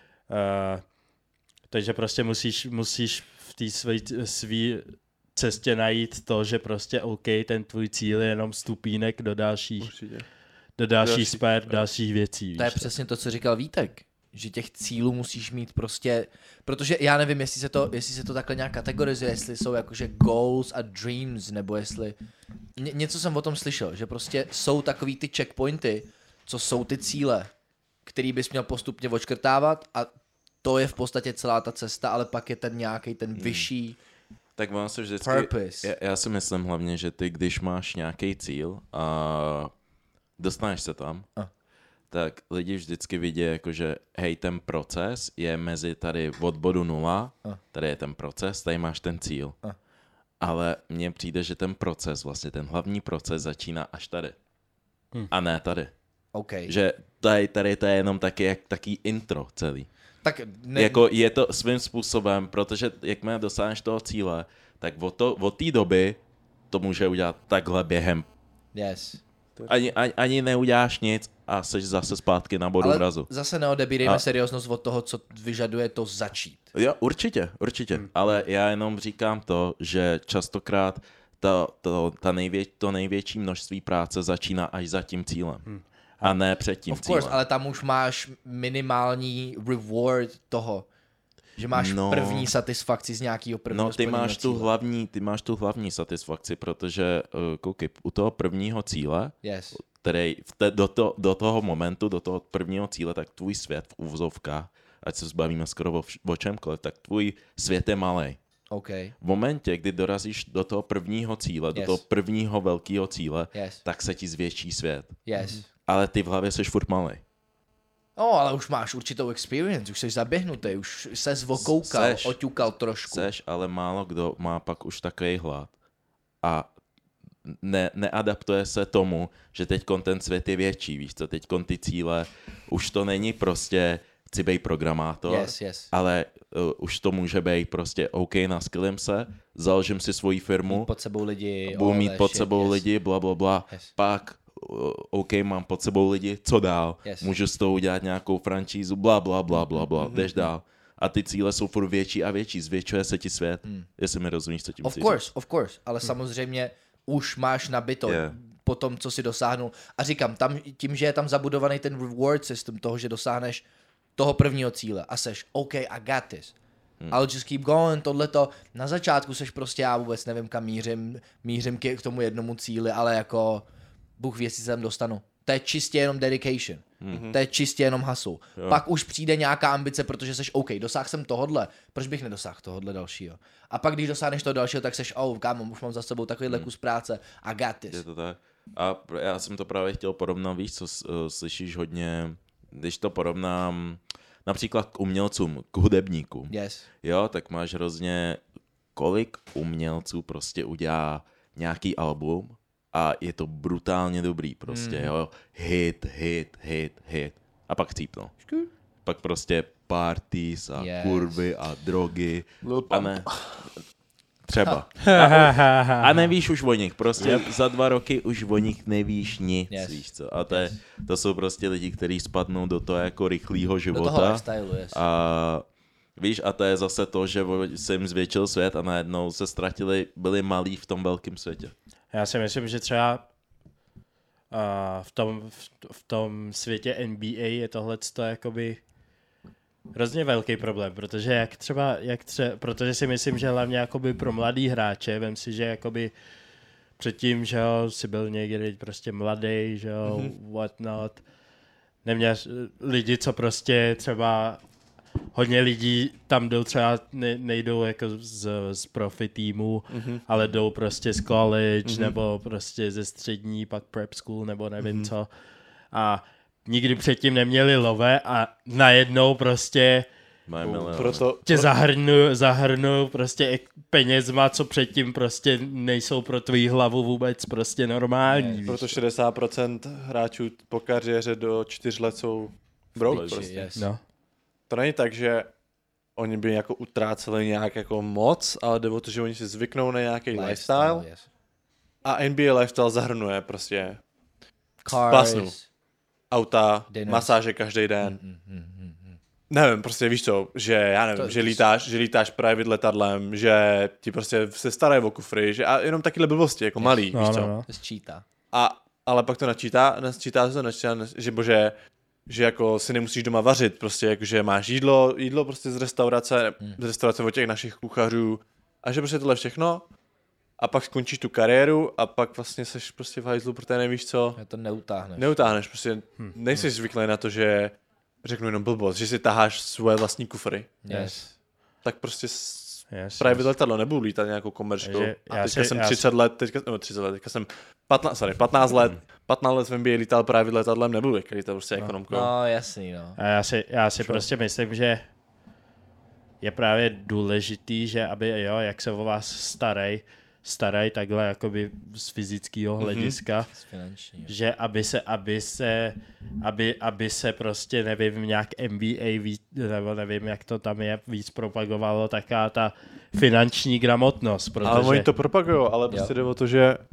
musíš v té svý cestě najít to, že prostě OK, ten tvůj cíl je jenom stupínek do dalších sfér, dalších věcí. To je přesně to, co říkal Vítek, že těch cílů musíš mít prostě, protože já nevím, jestli se to takhle nějak kategorizuje, jestli jsou jakože goals a dreams, nebo jestli, něco jsem o tom slyšel, že prostě jsou takový ty checkpointy, co jsou ty cíle, který bys měl postupně odškrtávat, a to je v podstatě celá ta cesta, ale pak je ten nějaký ten vyšší Tak vám se vždycky... purpose. Já si myslím hlavně, že ty, když máš nějaký cíl a dostaneš se tam, tak lidi vždycky vidí, jakože hej, ten proces je mezi tady od bodu 0, tady je ten proces, tady máš ten cíl. Ale mně přijde, že ten proces, vlastně ten hlavní proces začíná až tady. A ne tady. Okay. Že tady to je jenom taký intro celý. Tak Jako je to svým způsobem, protože jakmile dosáhneš toho cíle, tak od té doby to může udělat takhle během. Yes. Ani neuděláš nic a seš zase zpátky na bodu mrazu. Zase neodebírejme serióznost od toho, co vyžaduje to začít. Jo, určitě. Ale já jenom říkám to, že častokrát to největší množství práce začíná až za tím cílem. A ne před tím cílem. Ale tam už máš minimální reward toho, že máš první satisfakci z nějakého prvního ty máš tu hlavní satisfakci, protože koukej, u toho prvního cíle, který do toho momentu, do toho prvního cíle, tak tvůj svět v uvozovkách, ať se zbavíme skoro o čemkoliv, tak tvůj svět je malej. Okay. V momentě, kdy dorazíš do toho prvního cíle, do toho prvního velkého cíle, tak se ti zvětší svět. Ale ty v hlavě seš furt malej. Ale už máš určitou experience, už jsi zaběhnutý, už ses vokoukal, oťukal trošku. Seš, ale málo kdo má pak už takový hlad. A neadaptuje se tomu, že teď ten svět je větší, víš co, teď ty cíle, už to není prostě chci být programátor, ale už to může být prostě OK, naskylím se, založím si svoji firmu, pod sebou lidi, budu mít pod sebou lidi, blablabla, pak OK, mám pod sebou lidi, co dál? Můžu z toho udělat nějakou franšízu, blablabla, jdeš dál. A ty cíle jsou furt větší a větší, zvětšuje se ti svět, jestli mi rozumíš, co tím chci říct. Of course, ale samozřejmě už máš nabito po tom, co si dosáhnul. A říkám, tím, že je tam zabudovaný ten reward system toho, že dosáhneš toho prvního cíle a seš OK, I got this. I'll just keep going, tohleto. Na začátku seš prostě, já vůbec nevím, kam mířím k tomu jednomu cíli, ale jako Bůh ví, jestli se tam dostanu. To je čistě jenom dedication. To je čistě jenom hustle. Pak už přijde nějaká ambice, protože seš OK, dosáhl jsem tohodle, proč bych nedosáhl tohodle dalšího? A pak, když dosáhneš toho dalšího, tak seš, kámo, už mám za sebou takovýhle kus práce, I got this. Je to tak. A já jsem to právě chtěl porovnat, víš, co slyšíš hodně, když to porovnám například k umělcům, k hudebníkům. Jo, tak máš hrozně, kolik umělců prostě udělá nějaký album a je to brutálně dobrý prostě, jo. Hit. A pak cípnou. Pak prostě parties a kurvy a drogy. A ne... Třeba. A nevíš už o nich, prostě za 2 roky už o nich nevíš nic, víš co. A to jsou prostě lidi, kteří spadnou do toho jako rychlého života. Do toho lifestylu, A víš, a to je zase to, že se jim zvětšil svět a najednou se ztratili, byli malí v tom velkém světě. Já si myslím, že třeba v tom světě NBA je tohleto jakoby hrozně velký problém, protože protože si myslím, že hlavně jakoby pro mladý hráče, vem si, že jakoby předtím, že jo, si byl někdy prostě mladý, že jo, whatnot, neměl lidi, co prostě třeba hodně lidí tam jdou třeba, nejdou jako z profi týmu, ale jdou prostě z college, nebo prostě ze střední, pak prep school, nebo nevím co. A nikdy předtím neměli love a najednou prostě tě zahrnu prostě penězma, co předtím prostě nejsou pro tvou hlavu vůbec prostě normální. Proto 60% hráčů po kariéře do 4 let jsou broke prostě. No. To není tak, že oni by jako utráceli nějak jako moc, ale jde o to, že oni si zvyknou na nějaký lifestyle. A NBA lifestyle zahrnuje prostě spásnu, auta, masáže každý den. Nevím, prostě víš co, že já nevím, že lítáš private letadlem, že ti prostě se starají o kufry, že a jenom takyhle blbosti, jako malý, víš co. To sčítá. Ale pak to načítá že jako si nemusíš doma vařit, prostě jakože máš jídlo prostě z restaurace od těch našich kuchařů a že prostě tohle všechno a pak skončíš tu kariéru a pak vlastně seš prostě v hajzlu, protože nevíš co. To neutáhneš. Neutáhneš, prostě nejsi zvyklý na to, že řeknu jenom blbost, že si taháš svoje vlastní kufry, Yes. tak prostě Yes, private letadlo nebudu lítat nějakou komerčkou. Takže A teďka jsem 30 let, teďka jsem 15 let v NBA lítal private letadlem, nebudu teďka lítat prostě ekonomkou. No, jasný, no. A já si prostě myslím, že je právě důležitý, že aby, jo, jak se o vás starají takhle jakoby z fyzického hlediska, Z finančního. že aby se prostě, nevím, nějak NBA víc, nebo nevím, jak to tam je, víc propagovalo, taká ta finanční gramotnost, protože... Ale oni to propagujou, ale prostě jde o to,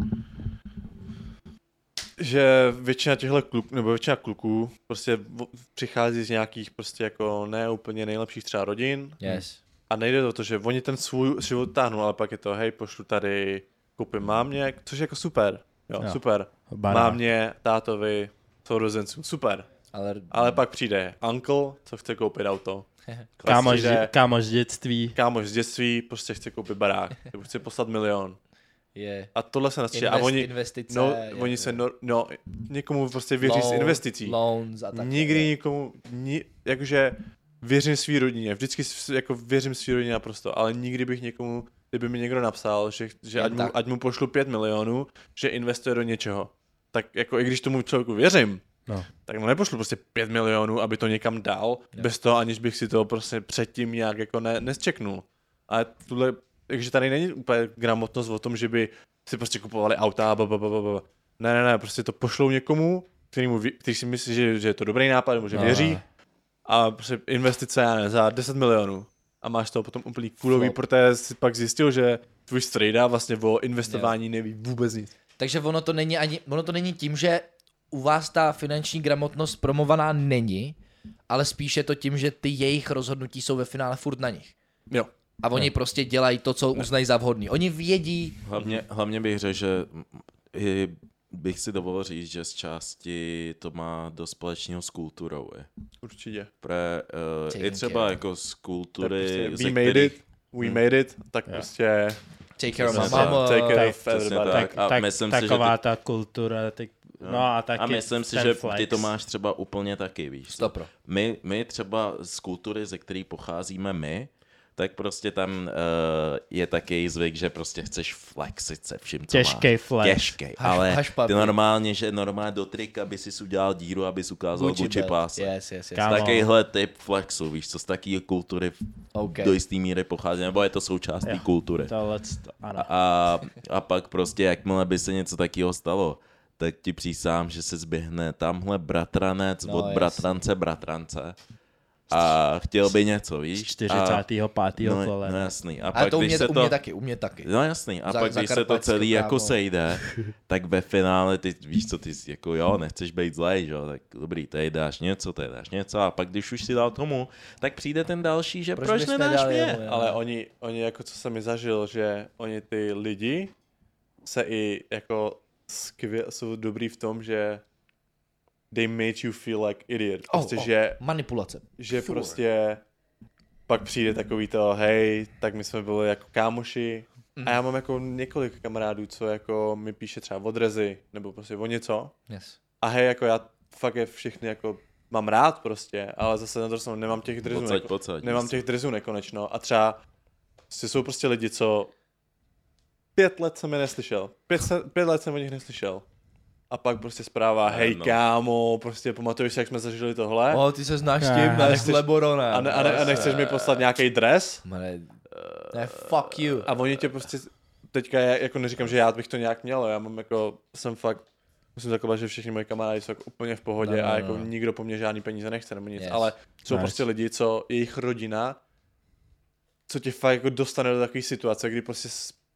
že většina těchto kluků, nebo většina kluků prostě přichází z nějakých prostě jako ne úplně nejlepších třeba rodin. Yes. A nejde o to, že oni ten svůj život táhnou, ale pak je to, hej, pošlu tady, koupím mámě, což je jako super. Jo. Super. Barák. Mámě, tátovi, sourozencům, super. Ale pak přijde uncle, co chce koupit auto. Kámoš z dětství. Kámoš z dětství prostě chce koupit barák, nebo chce poslat 1 milion. Je. A tohle se nastřídá. A oni, investice, oni se, někomu prostě věří s investicí. Loans a tak. Nikdy nikomu, jakože věřím svý rodině, vždycky jako věřím svý rodině naprosto, ale nikdy bych někomu, kdyby mi někdo napsal, že ať mu pošlu 5 milionů, že investuje do něčeho, tak jako i když tomu člověku věřím, tak mu nepošlu prostě 5 milionů, aby to někam dal, bez toho, aniž bych si to prostě předtím nějak jako nescheknul. Ale takže tady není úplně gramotnost o tom, že by si prostě kupovali auta a Ne, prostě to pošlou někomu, který si myslí, že je to dobrý nápad, nebo že věří. A prostě investice, já nevím, za 10 milionů. A máš toho potom úplný kůlový, protože jsi pak zjistil, že tvůj strejda vlastně o investování neví vůbec nic. Takže ono to není tím, že u vás ta finanční gramotnost promovaná není, ale spíše to tím, že ty jejich rozhodnutí jsou ve finále furt na nich. Jo. A oni prostě dělají to, co uznají za vhodný. Oni vědí... Hlavně bych řekl, že bych si dovolil říct, že z části to má dost společného s kulturou. Určitě. I třeba jako z kultury... Prostě we made it, tak prostě... Take care of my mama. Take care of everybody. Taková ta kultura... A myslím si, že ty to máš třeba úplně taky, víš. Stopro. My třeba z kultury, ze který pocházíme my, tak prostě tam je taky zvyk, že prostě chceš flexit se vším, co Těžkej máš. flex. Těžkej, ale ty normálně, že normálně do trika, aby si udělal díru, aby si ukázal Gucci pásy. Yes. Takovýhle typ flexu, víš, co z takové kultury do jistý míry pochází, nebo je to součástí kultury. A pak prostě, jakmile by se něco takového stalo, tak ti přísám, že se zběhne tamhle bratranec od bratrance a chtěl by něco, víš? 45. kole. No jasný. A ale pak, to u mě taky. No jasný. A pak, když se to celý jako sejde, tak ve finále ty víš co, ty jako jo, nechceš být zlej, jo, tak dobrý, tady dáš něco a pak když už si dal tomu, tak přijde ten další, že proč nedáš mě? Ale oni jako co jsem mi zažil, že oni ty lidi se i jako jsou dobrý v tom, že they made you feel like idiot. Prostě, že manipulace. Že prostě pak přijde takový to, hej, tak my jsme byli jako kámoši a já mám jako několik kamarádů, co jako mi píše třeba o drezy, nebo prostě o něco. Yes. A hej, jako já fakt je všechny jako mám rád prostě, ale zase na to nemám těch dresů, nemám těch dresů nekonečno a třeba jsou prostě lidi, co 5 let jsem je neslyšel. 5 let jsem o nich neslyšel. A pak prostě zpráva, hej kámo, prostě pamatuješ si, jak jsme zažili tohle? Ty se znáš s tím, s Leboronem. A nechceš mi poslat nějaký dres? Ne, fuck you. A oni tě prostě, teďka jako neříkám, že já bych to nějak měl, já mám jako, jsem fakt, musím takové, že všichni moji kamarádi jsou jako úplně v pohodě a jako nikdo po mně žádný peníze nechce nebo nic, ale jsou prostě lidi, co jejich rodina, co tě fakt jako dostane do takové situace, kdy prostě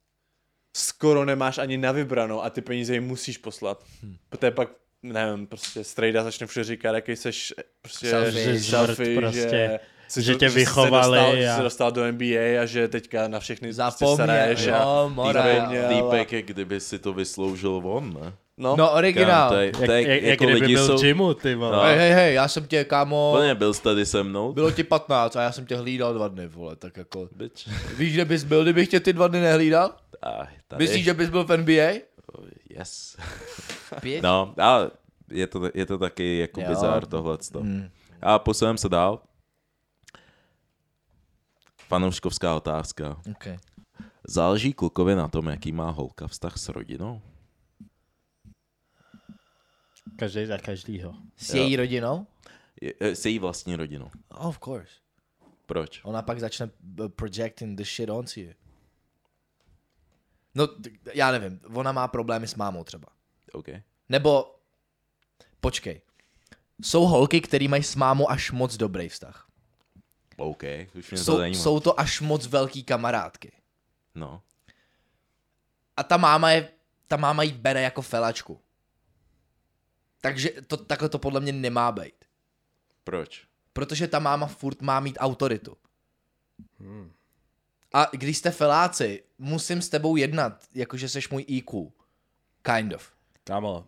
skoro nemáš ani na vybranou a ty peníze jim musíš poslat. Protože pak, nevím, prostě strejda začne všude říkat, jaký seš prostě selfie, prostě, že tě vychovali. Že se dostal do NBA a že teďka na všechny zapomněš. Týpek, kdyby si to vysloužil on, ne? No originál. Jak kdyby byl v gymu, ty vole. Hej, já jsem tě, kámo... Plně byl jsi tady se mnou. Bylo ti 15 a já jsem tě hlídal 2 dny, vole, tak jako... Víš, kde bys byl, kdybych tě ty 2 dny nehlídal? Myslíš, že bys byl v NBA? Yes. No, ale je to taky jako bizár tohleto. A posuneme se dál. Fanouškovská otázka. Okay. Záleží klukovi na tom, jaký má holka vztah s rodinou? Každý za každýho. S její rodinou? S její vlastní rodinou. Oh, of course. Proč? Ona pak začne projecting the shit onto you. No, já nevím, ona má problémy s mámou třeba. Okay. Nebo, počkej, jsou holky, které mají s mámou až moc dobrý vztah. OK, už mě to zajímá. Jsou to až moc velký kamarádky. No. A ta máma jí bere jako felačku. Takže takhle to podle mě nemá být. Proč? Protože ta máma furt má mít autoritu. A když jste feláci, musím s tebou jednat, jakože seš můj IQ. Kind of. Kámo,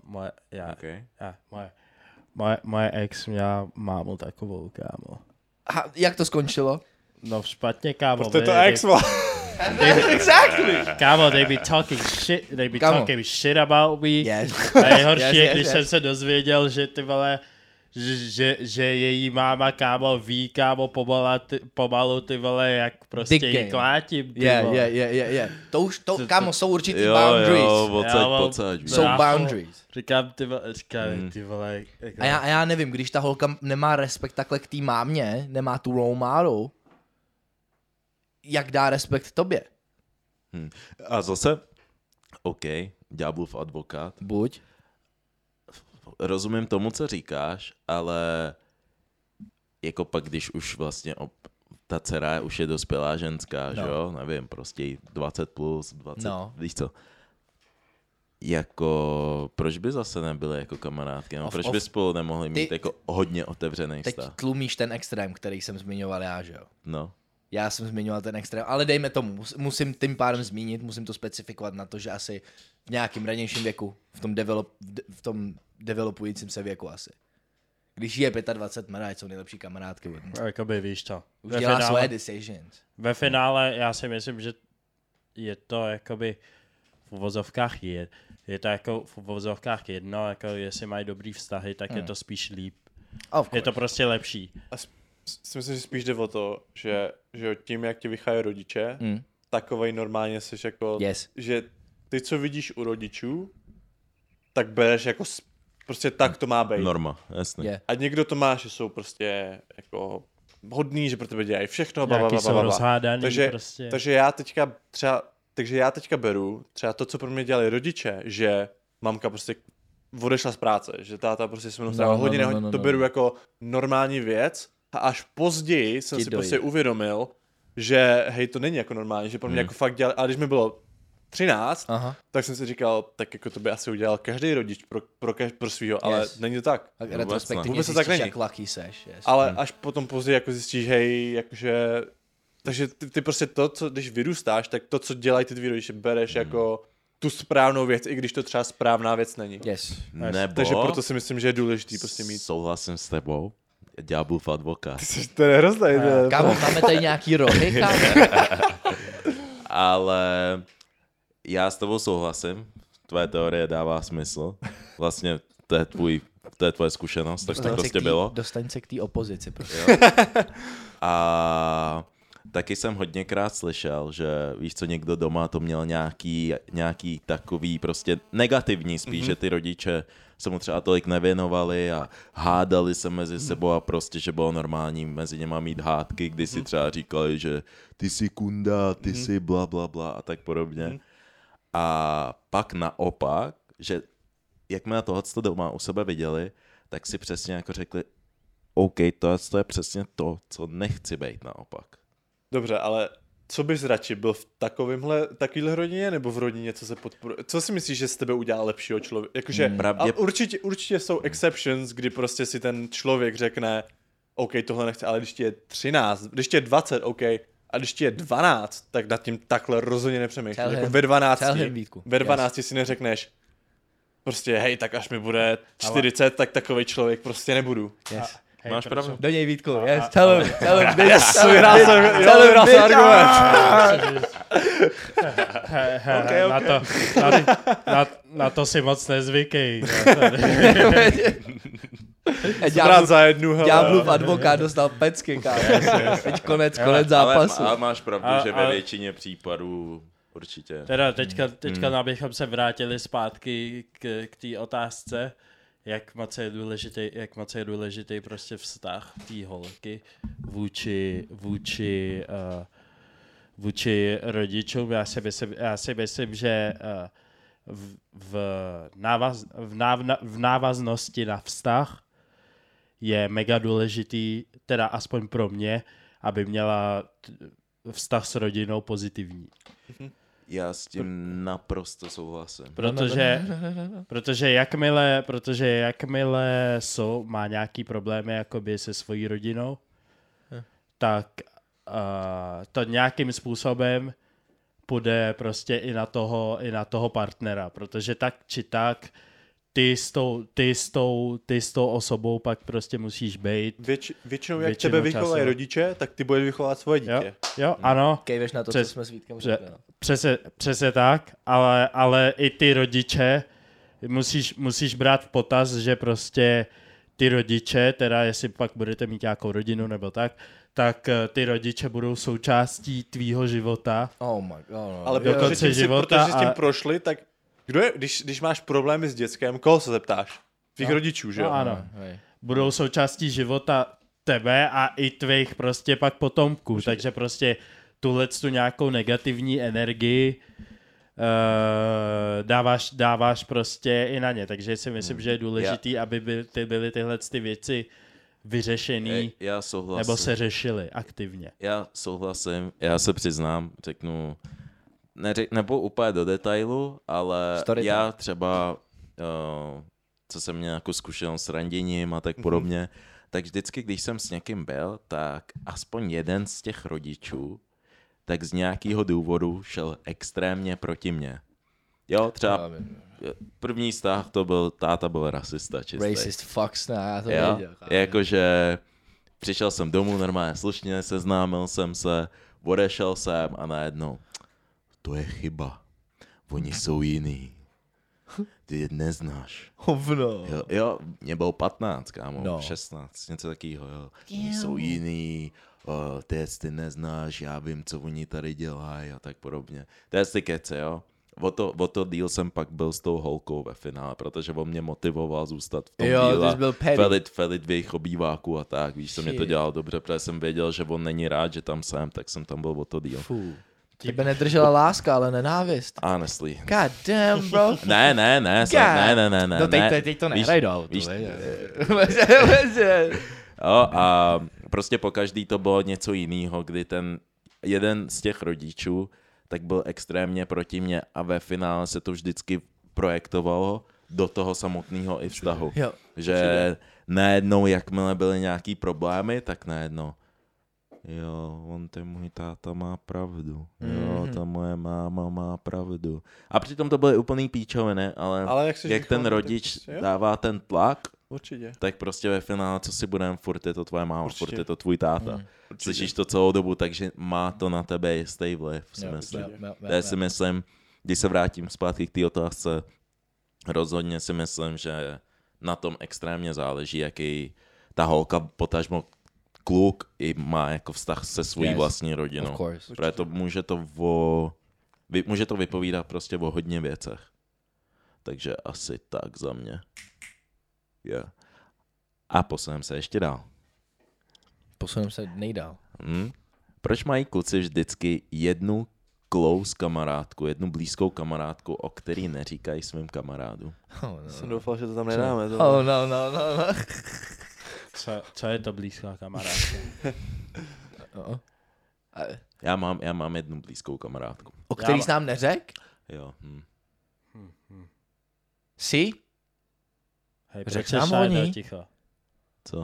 moje ex měla mámu takovou, kámo. A jak to skončilo? No špatně, kámo. Protože to ex má. Exactly. Kámo, they be talking shit about me. Yes. A nejhorší je, Yes. když jsem se dozvěděl, že ty vole, že její máma, kámo, ví, kámo, pomalu ty vole, jak prostě jí klátím, ty vole. Yeah. Kámo, jsou určitý boundaries. Pocať. Jsou boundaries. Říkám, ty vole. Jako... A já nevím, když ta holka nemá respekt takhle k té mámě, nemá tu role model, jak dá respekt tobě? A zase, OK, ďáblův advokát. Buď. Rozumím tomu, co říkáš, ale jako pak, když už vlastně ta dcera už je dospělá ženská, že jo, nevím, prostě 20 plus, 20, víš co. Jako, proč by zase nebyly jako kamarádky, no? Proč by spolu nemohli mít jako hodně otevřený vztah? Teď tlumíš ten extrém, který jsem zmiňoval já, že jo? No. Já jsem zmiňoval ten extrém, ale dejme tomu, musím tím pádem zmínit, musím to specifikovat na to, že asi v nějakým ranějším věku, v tom developujícím se věku asi. Když je 25, ať jsou nejlepší kamarádky. Jakoby víš to. Už dělá svoje decisions. Ve finále já si myslím, že je to jakoby v uvozovkách je to jako v uvozovkách jedno, jako jestli mají dobrý vztahy, tak je to spíš líp. Je to prostě lepší. Si myslím, že spíš jde o to, že tím, jak tě vychají rodiče, takovej normálně jsi jako, že ty, co vidíš u rodičů, tak bereš jako, prostě tak to má být. Norma, jasně. Yeah. A někdo to má, že jsou prostě jako hodný, že pro tebe dělají všechno, jsou rozhádaný prostě. Takže já teďka beru třeba to, co pro mě dělali rodiče, že mamka prostě odešla z práce, že táta prostě se mnou strávil hodně, to beru jako normální věc. A až později jsem si prostě uvědomil, že hej, to není jako normální, že pro mě jako fakt dělal, ale když mi bylo 13, tak jsem si říkal, tak jako to by asi udělal každý rodič pro svýho, ale není to tak. Retrospektivně zjistíš, jak lucky seš. Ale až potom později jako zjistíš, hej, jakože, takže ty prostě to, co, když vyrůstáš, tak to, co dělají ty tvý rodiče, bereš jako tu správnou věc, i když to třeba správná věc není. Nebo, takže proto si myslím, že je důležitý prostě mít. Souhlasím s tebou. Ďáblův advokát. To je hrozný. Kámo, máme tady nějaký rohy, kámo? Ale já s tebou souhlasím. Tvoje teorie dává smysl. Vlastně to je tvoje zkušenost, tak to prostě bylo. Dostaň se k té opozici. A taky jsem hodněkrát slyšel, že víš co, někdo doma to měl nějaký takový prostě negativní spíš, že ty rodiče se mu třeba tolik nevěnovali a hádali se mezi sebou a prostě, že bylo normální mezi něma mít hádky, kdy si třeba říkali, že ty jsi kunda, ty jsi bla bla bla a tak podobně. A pak naopak, že jakmile tohleto doma u sebe viděli, tak si přesně jako řekli, OK, to je přesně to, co nechci být naopak. Dobře, ale co bys radši, byl v takovýhle rodině, nebo v rodině, co se podporuje? Co si myslíš, že z tebe udělá lepšího člověka? Jakože, určitě jsou exceptions, kdy prostě si ten člověk řekne, OK, tohle nechce, ale když ti je 13, když ti je 20, OK, a když ti je 12, tak nad tím takhle rozhodně nepřemýšlíš. Jako ve 12 si neřekneš, prostě hej, tak až mi bude 40, tak takovej člověk prostě nebudu. Yes. Hej, máš pravdu. Do něj Vítku, tell him, vyhrál jsem argument. Na to si moc nezvykej. Brát za jednu, hele. Ďáblův advokát dostal pecky, kámo. Teď konec zápasu. Ale máš pravdu, že ve většině případů určitě. Teda teďka abychom se vrátili zpátky k té otázce, jak moc je důležitý prostě vztah té holky vůči rodičům. Já si myslím, že v návaznosti na vztah je mega důležitý, teda aspoň pro mě, aby měla vztah s rodinou pozitivní. Já s tím naprosto souhlasím. Protože jakmile má nějaký problémy jakoby se svojí rodinou, tak to nějakým způsobem půjde prostě i na toho partnera, protože tak či tak ty s tou osobou pak prostě musíš být. Většinou jak tebe vychovají rodiče, tak ty budeš vychovat svoje dítě. Jo, ano. Kejveš na to, co jsme s Vítkem řekli. Přesně tak, ale i ty rodiče musíš brát v potaz, že prostě ty rodiče, teda jestli pak budete mít nějakou rodinu nebo tak ty rodiče budou součástí tvýho života. Oh my god. Ale protože s tím prošli, tak kdo je, když máš problémy s dětskem, koho se zeptáš? Tvých rodičů, že jo? No, ano. Budou součástí života tebe a i tvých prostě pak potomků, určitě. Takže prostě tu nějakou negativní energii dáváš prostě i na ně, takže si myslím, že je důležitý, aby byly tyhle ty věci vyřešený, nebo se řešily aktivně. Já souhlasím, já se přiznám, řeknu, nebo úplně do detailu, ale já třeba, co jsem měl jako zkušenost s randěním a tak podobně, tak vždycky, když jsem s někým byl, tak aspoň jeden z těch rodičů tak z nějakého důvodu šel extrémně proti mně. Jo, třeba první vztah to byl, táta byl rasista čistý. Racist fucks, já to věděl. Jakože přišel jsem domů normálně slušně, seznámil jsem se, odešel jsem a najednou, to je chyba, oni jsou jiný. Ty je neznáš. Hovno. Jo, mě bylo 15, kámo, 16, něco takového, jo. Oni jsou jiný, ty neznáš, já vím, co oni tady dělají a tak podobně. To je ty kece, jo. O to díl jsem pak byl s tou holkou ve finále, protože on mě motivoval zůstat v tom díle, felit v jejich obýváku a tak, víš, co mě to dělalo dobře, protože jsem věděl, že on není rád, že tam jsem, tak jsem tam byl o to díl. Tebe nedržela láska, ale nenávist. Honestly. God damn, bro. Ne. No teď to nehraj do autu. Jo, a prostě pokaždý to bylo něco jiného, kdy ten jeden z těch rodičů tak byl extrémně proti mně a ve finále se to vždycky projektovalo do toho samotného i vztahu. Jo. Že najednou, jakmile byly nějaký problémy, tak najednou jo, on ten můj táta má pravdu. Jo, ta moje máma má pravdu. A přitom to byly úplný píčoviny, ale jak ten rodič dává ten tlak, určitě. Tak prostě ve finále, co si budeme, furt je to tvoje máma, furt je to tvůj táta. Slyšíš to celou dobu, takže má to na tebe jistý vliv, si myslím. Já si myslím, když se vrátím zpátky k té otázce, rozhodně si myslím, že na tom extrémně záleží, jaký ta holka, potažmo kluk, i má jako vztah se svojí vlastní rodinou. Proto může to vypovídat prostě o hodně věcech. Takže asi tak za mě. Yeah. A posuneme se ještě dál. Posuneme se nejdál. Proč mají kluci vždycky jednu close kamarádku, jednu blízkou kamarádku, o který neříkají svým kamarádům? Jsem doufal, že to tam nedáme. No. Co je to blízká kamarádka? Já mám jednu blízkou kamarádku. O který jsi nám neřek? Jo. Jsi? Hej, řekl nám o ní? Ticho. Co?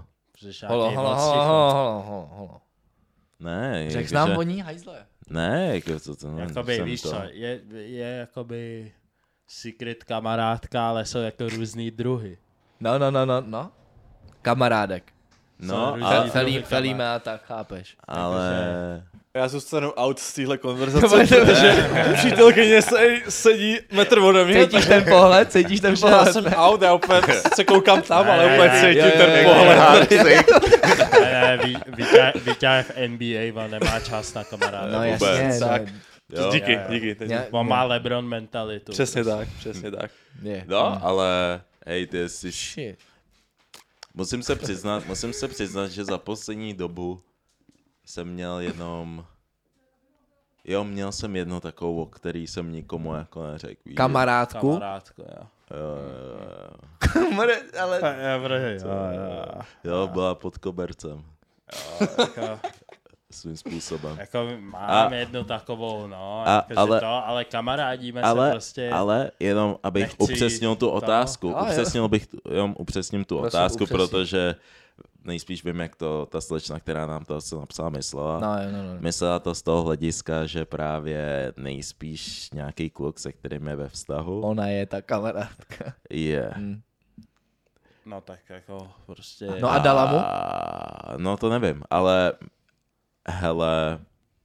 Holo. Ne. Řekl nám o ní, hajzle. Ne, jako to jakoby, víš co, je jakoby secret kamarádka, ale jsou jako různý druhy. No. Kamarádek. No, Felíme a tak, chápeš. Ale... Já zůstanu out z téhle konverzace, protože přítelkyně sedí metr ode mě. Cítíš ten pohled, cítíš ten Já pohled. jsem out, já úplně se koukám tam, ale úplně ne, cítím jo, ten jo, pohled. Ne, Vítě je v NBA, on nemá čas na kamaráda. No Vůbec. jasně, Tak. Jo. Díky. teď- Já- On má LeBron mentalitu. Přesně tak. je. No, ale hej, ty jsi... Shit. Musím se přiznat, že za poslední dobu jsem měl jenom... Jo, měl jsem jednu takovou, o který jsem nikomu jako neřekl. víš, Kamarádku. Kamarádko, jo. Ale... Jo, byla pod kobercem. Jako, Svým způsobem. jako mám jednu takovou, no, jakože ale kamarádíme se prostě. Ale jenom abych Nechci upřesnil tu otázku. Jo, jo. Upřesním tu Prosím, otázku, upřesni. protože nejspíš vím, jak to ta slečna, která nám to asi napsala, myslela. No. Myslela to z toho hlediska, že právě nejspíš nějaký kluk, se kterým je ve vztahu. Ona je ta kamarádka. Je. No tak jako prostě. No a dala mu? No to nevím, ale hele,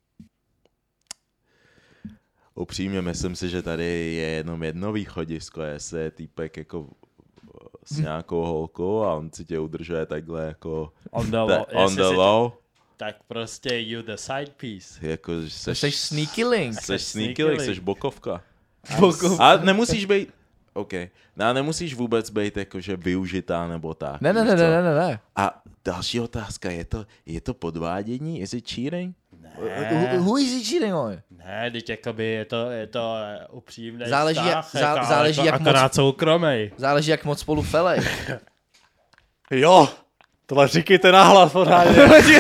upřímně myslím si, že tady je jenom jedno východisko, jestli je týpek jako s nějakou holkou a on si tě udržuje takhle jako On the low. Tak prostě you the side piece. Jako, že Jsi sneaky link. Seš sneaky link, seš bokovka. Bokov. A nemusíš být, OK, no a nemusíš vůbec být jakože využitá nebo tak. víš co? Ne. A další otázka, je to podvádění? Is it cheating? Who is he cheating on? Ne, teď jakoby je to upřímný Záleží, vztah, záleží, jako jak moc, akorát soukromej. záleží, jak moc spolu felej. Jo, tohle říkejte nahlas pořádně.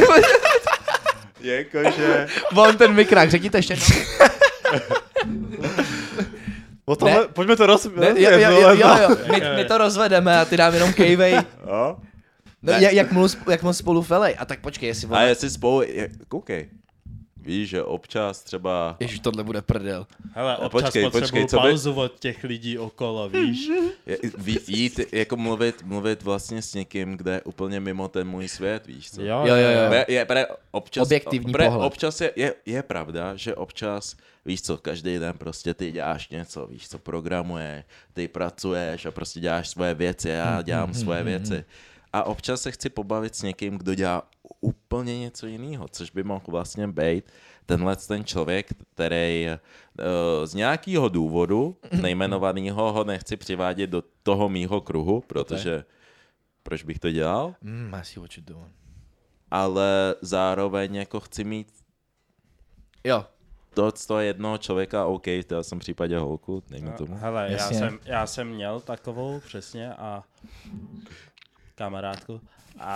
Jakože... On ten mikrák, řekni to ještě. O tomhle, pojďme to Jo, my to rozvedeme a ty dám jenom kejvej. Jo? No, Ne. jak moc spolu felej. A tak počkej, jestli A jestli spolu... Koukej. Víš, že občas třeba... Ježiš, tohle bude prdel. Hele, občas potřebuju co by- pauzu od těch lidí okolo, víš? Jít, jako mluvit vlastně s někým, kde je úplně mimo ten můj svět, víš co? Jo. Občas, Objektivní pohled. Občas je pravda, že občas, víš co, každý den prostě ty děláš něco, víš co, programuješ, ty pracuješ a prostě děláš svoje věci, já dělám svoje věci. A občas se chci pobavit s někým, kdo dělá úplně něco jiného, což by mohl vlastně být ten člověk, který z nějakého důvodu, nejmenovaného, ho nechci přivádět do toho mýho kruhu, protože proč bych to dělal? I see what you're doing. Ale zároveň jako chci mít Jo. toho jednoho člověka, OK, v tom případě holku, dejme tomu. Hele, Jasně. já jsem měl takovou přesně a kamarádku a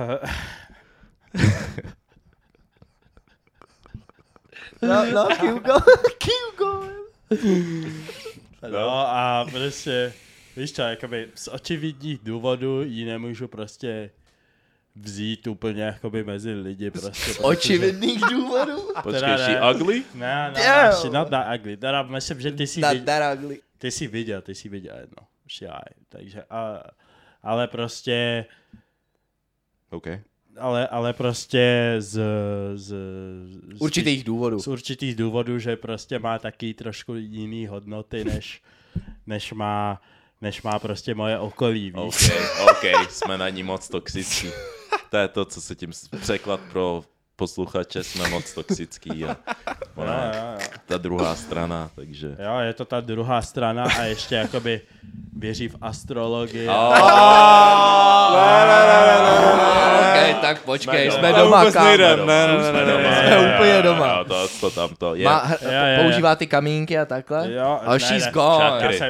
No, keep going. no a prostě víš co, jakoby z očividních důvodů ji nemůžu prostě vzít úplně jakoby mezi lidi prostě. Očividných důvodů. Počkej, teda she ne. ugly? Ne, Damn. she not that ugly. Teda myslím, že ty jsi viděl jedno. Shy. Takže, ale prostě, OK. ale prostě z Určitých důvodů. z určitých důvodů, že prostě má taky trošku jiný hodnoty, než má prostě moje okolí, víš. OK, jsme na ní moc toxický. To je to, co se tím překlad pro posluchače, jsme moc toxický a ona je ta druhá strana, takže... Jo, je to ta druhá strana a ještě jakoby věří v astrologii. Ok, tak počkej, jsme doma, kámo. Jsme úplně doma. To tamto je. Používá ty kamínky a takhle? Jo, Oh, she's gone. Čakry.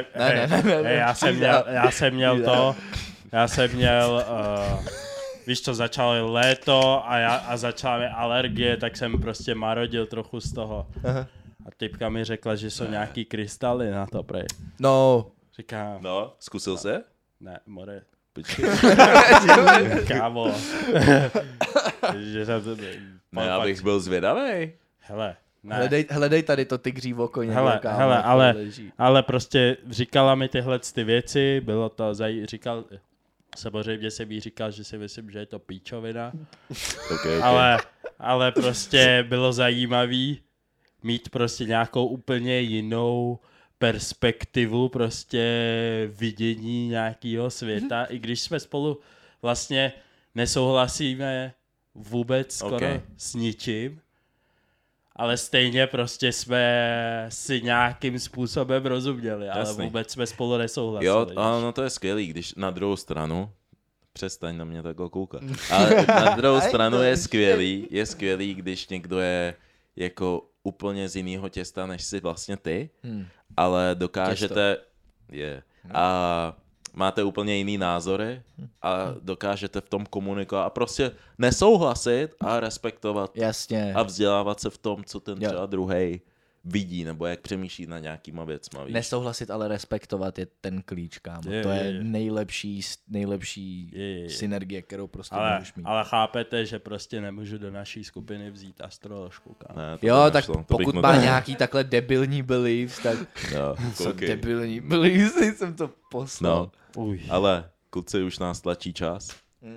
Já jsem měl, víš co, začalo léto a začala mi alergie, tak jsem prostě marodil trochu z toho. Aha. A typka mi řekla, že jsou nějaký krystaly na to, prej. No. Říkám, No, zkusil se? ne, more, Počkej. kámo. Že jsem to... Ne, já bych byl zvědavej. Hele, ne. Hledej tady to tygří oko. Hele, ale prostě říkala mi tyhle ty věci, bylo to, samozřejmě jsem jí říkal, že si myslím, že je to píčovina, Okay. ale ale prostě bylo zajímavý mít prostě nějakou úplně jinou perspektivu, prostě vidění nějakého světa, i když jsme spolu vlastně nesouhlasíme vůbec skoro s ničím, ale stejně prostě jsme si nějakým způsobem rozuměli, ale vůbec jsme spolu nesouhlasili. Jo, no to je skvělý, když na druhou stranu, přestaň na mě takhle koukat, ale na druhou stranu je skvělý, když někdo je jako úplně z jiného těsta, než si vlastně ty, ale dokážete, a máte úplně jiný názory a dokážete v tom komunikovat a prostě nesouhlasit a respektovat. Jasně. A vzdělávat se v tom, co ten třeba druhej vidí, nebo jak přemýšlí na nějakýma věcma. Víš? Nesouhlasit, ale respektovat je ten klíč, kámo. To je nejlepší synergie, kterou prostě můžeš mít. Ale chápete, že prostě nemůžu do naší skupiny vzít astroložku, kámo. Jo, tak pokud má nějaký takhle debilní beliefs, tak co debilní beliefs, jsem to poslal. No. Ale kluci, už nás tlačí čas.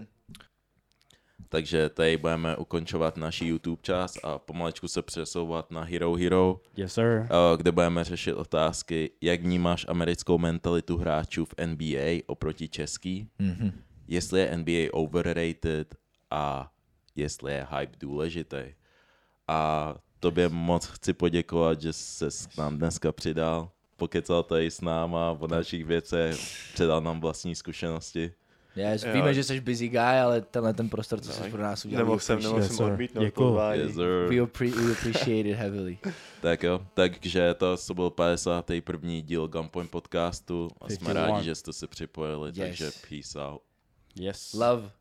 Takže tady budeme ukončovat naši YouTube čas a pomalečku se přesouvat na Hero Hero, yes, sir. Kde budeme řešit otázky, jak vnímáš americkou mentalitu hráčů v NBA oproti český, jestli je NBA overrated a jestli je hype důležitý. A tobě moc chci poděkovat, že ses k nám dneska přidal, pokecal tady s náma o našich věcech, předal nám vlastní zkušenosti. Yes, víme, že jsi busy guy, ale tenhle ten prostor, co jsi pro nás udělal. Nemohl jsem odmítnout. Yes, we appreciate it heavily. Tak jo, takže to byl 51. díl Gunpoint podcastu a jsme rádi, že jste se připojili, takže peace out. Yes. Love.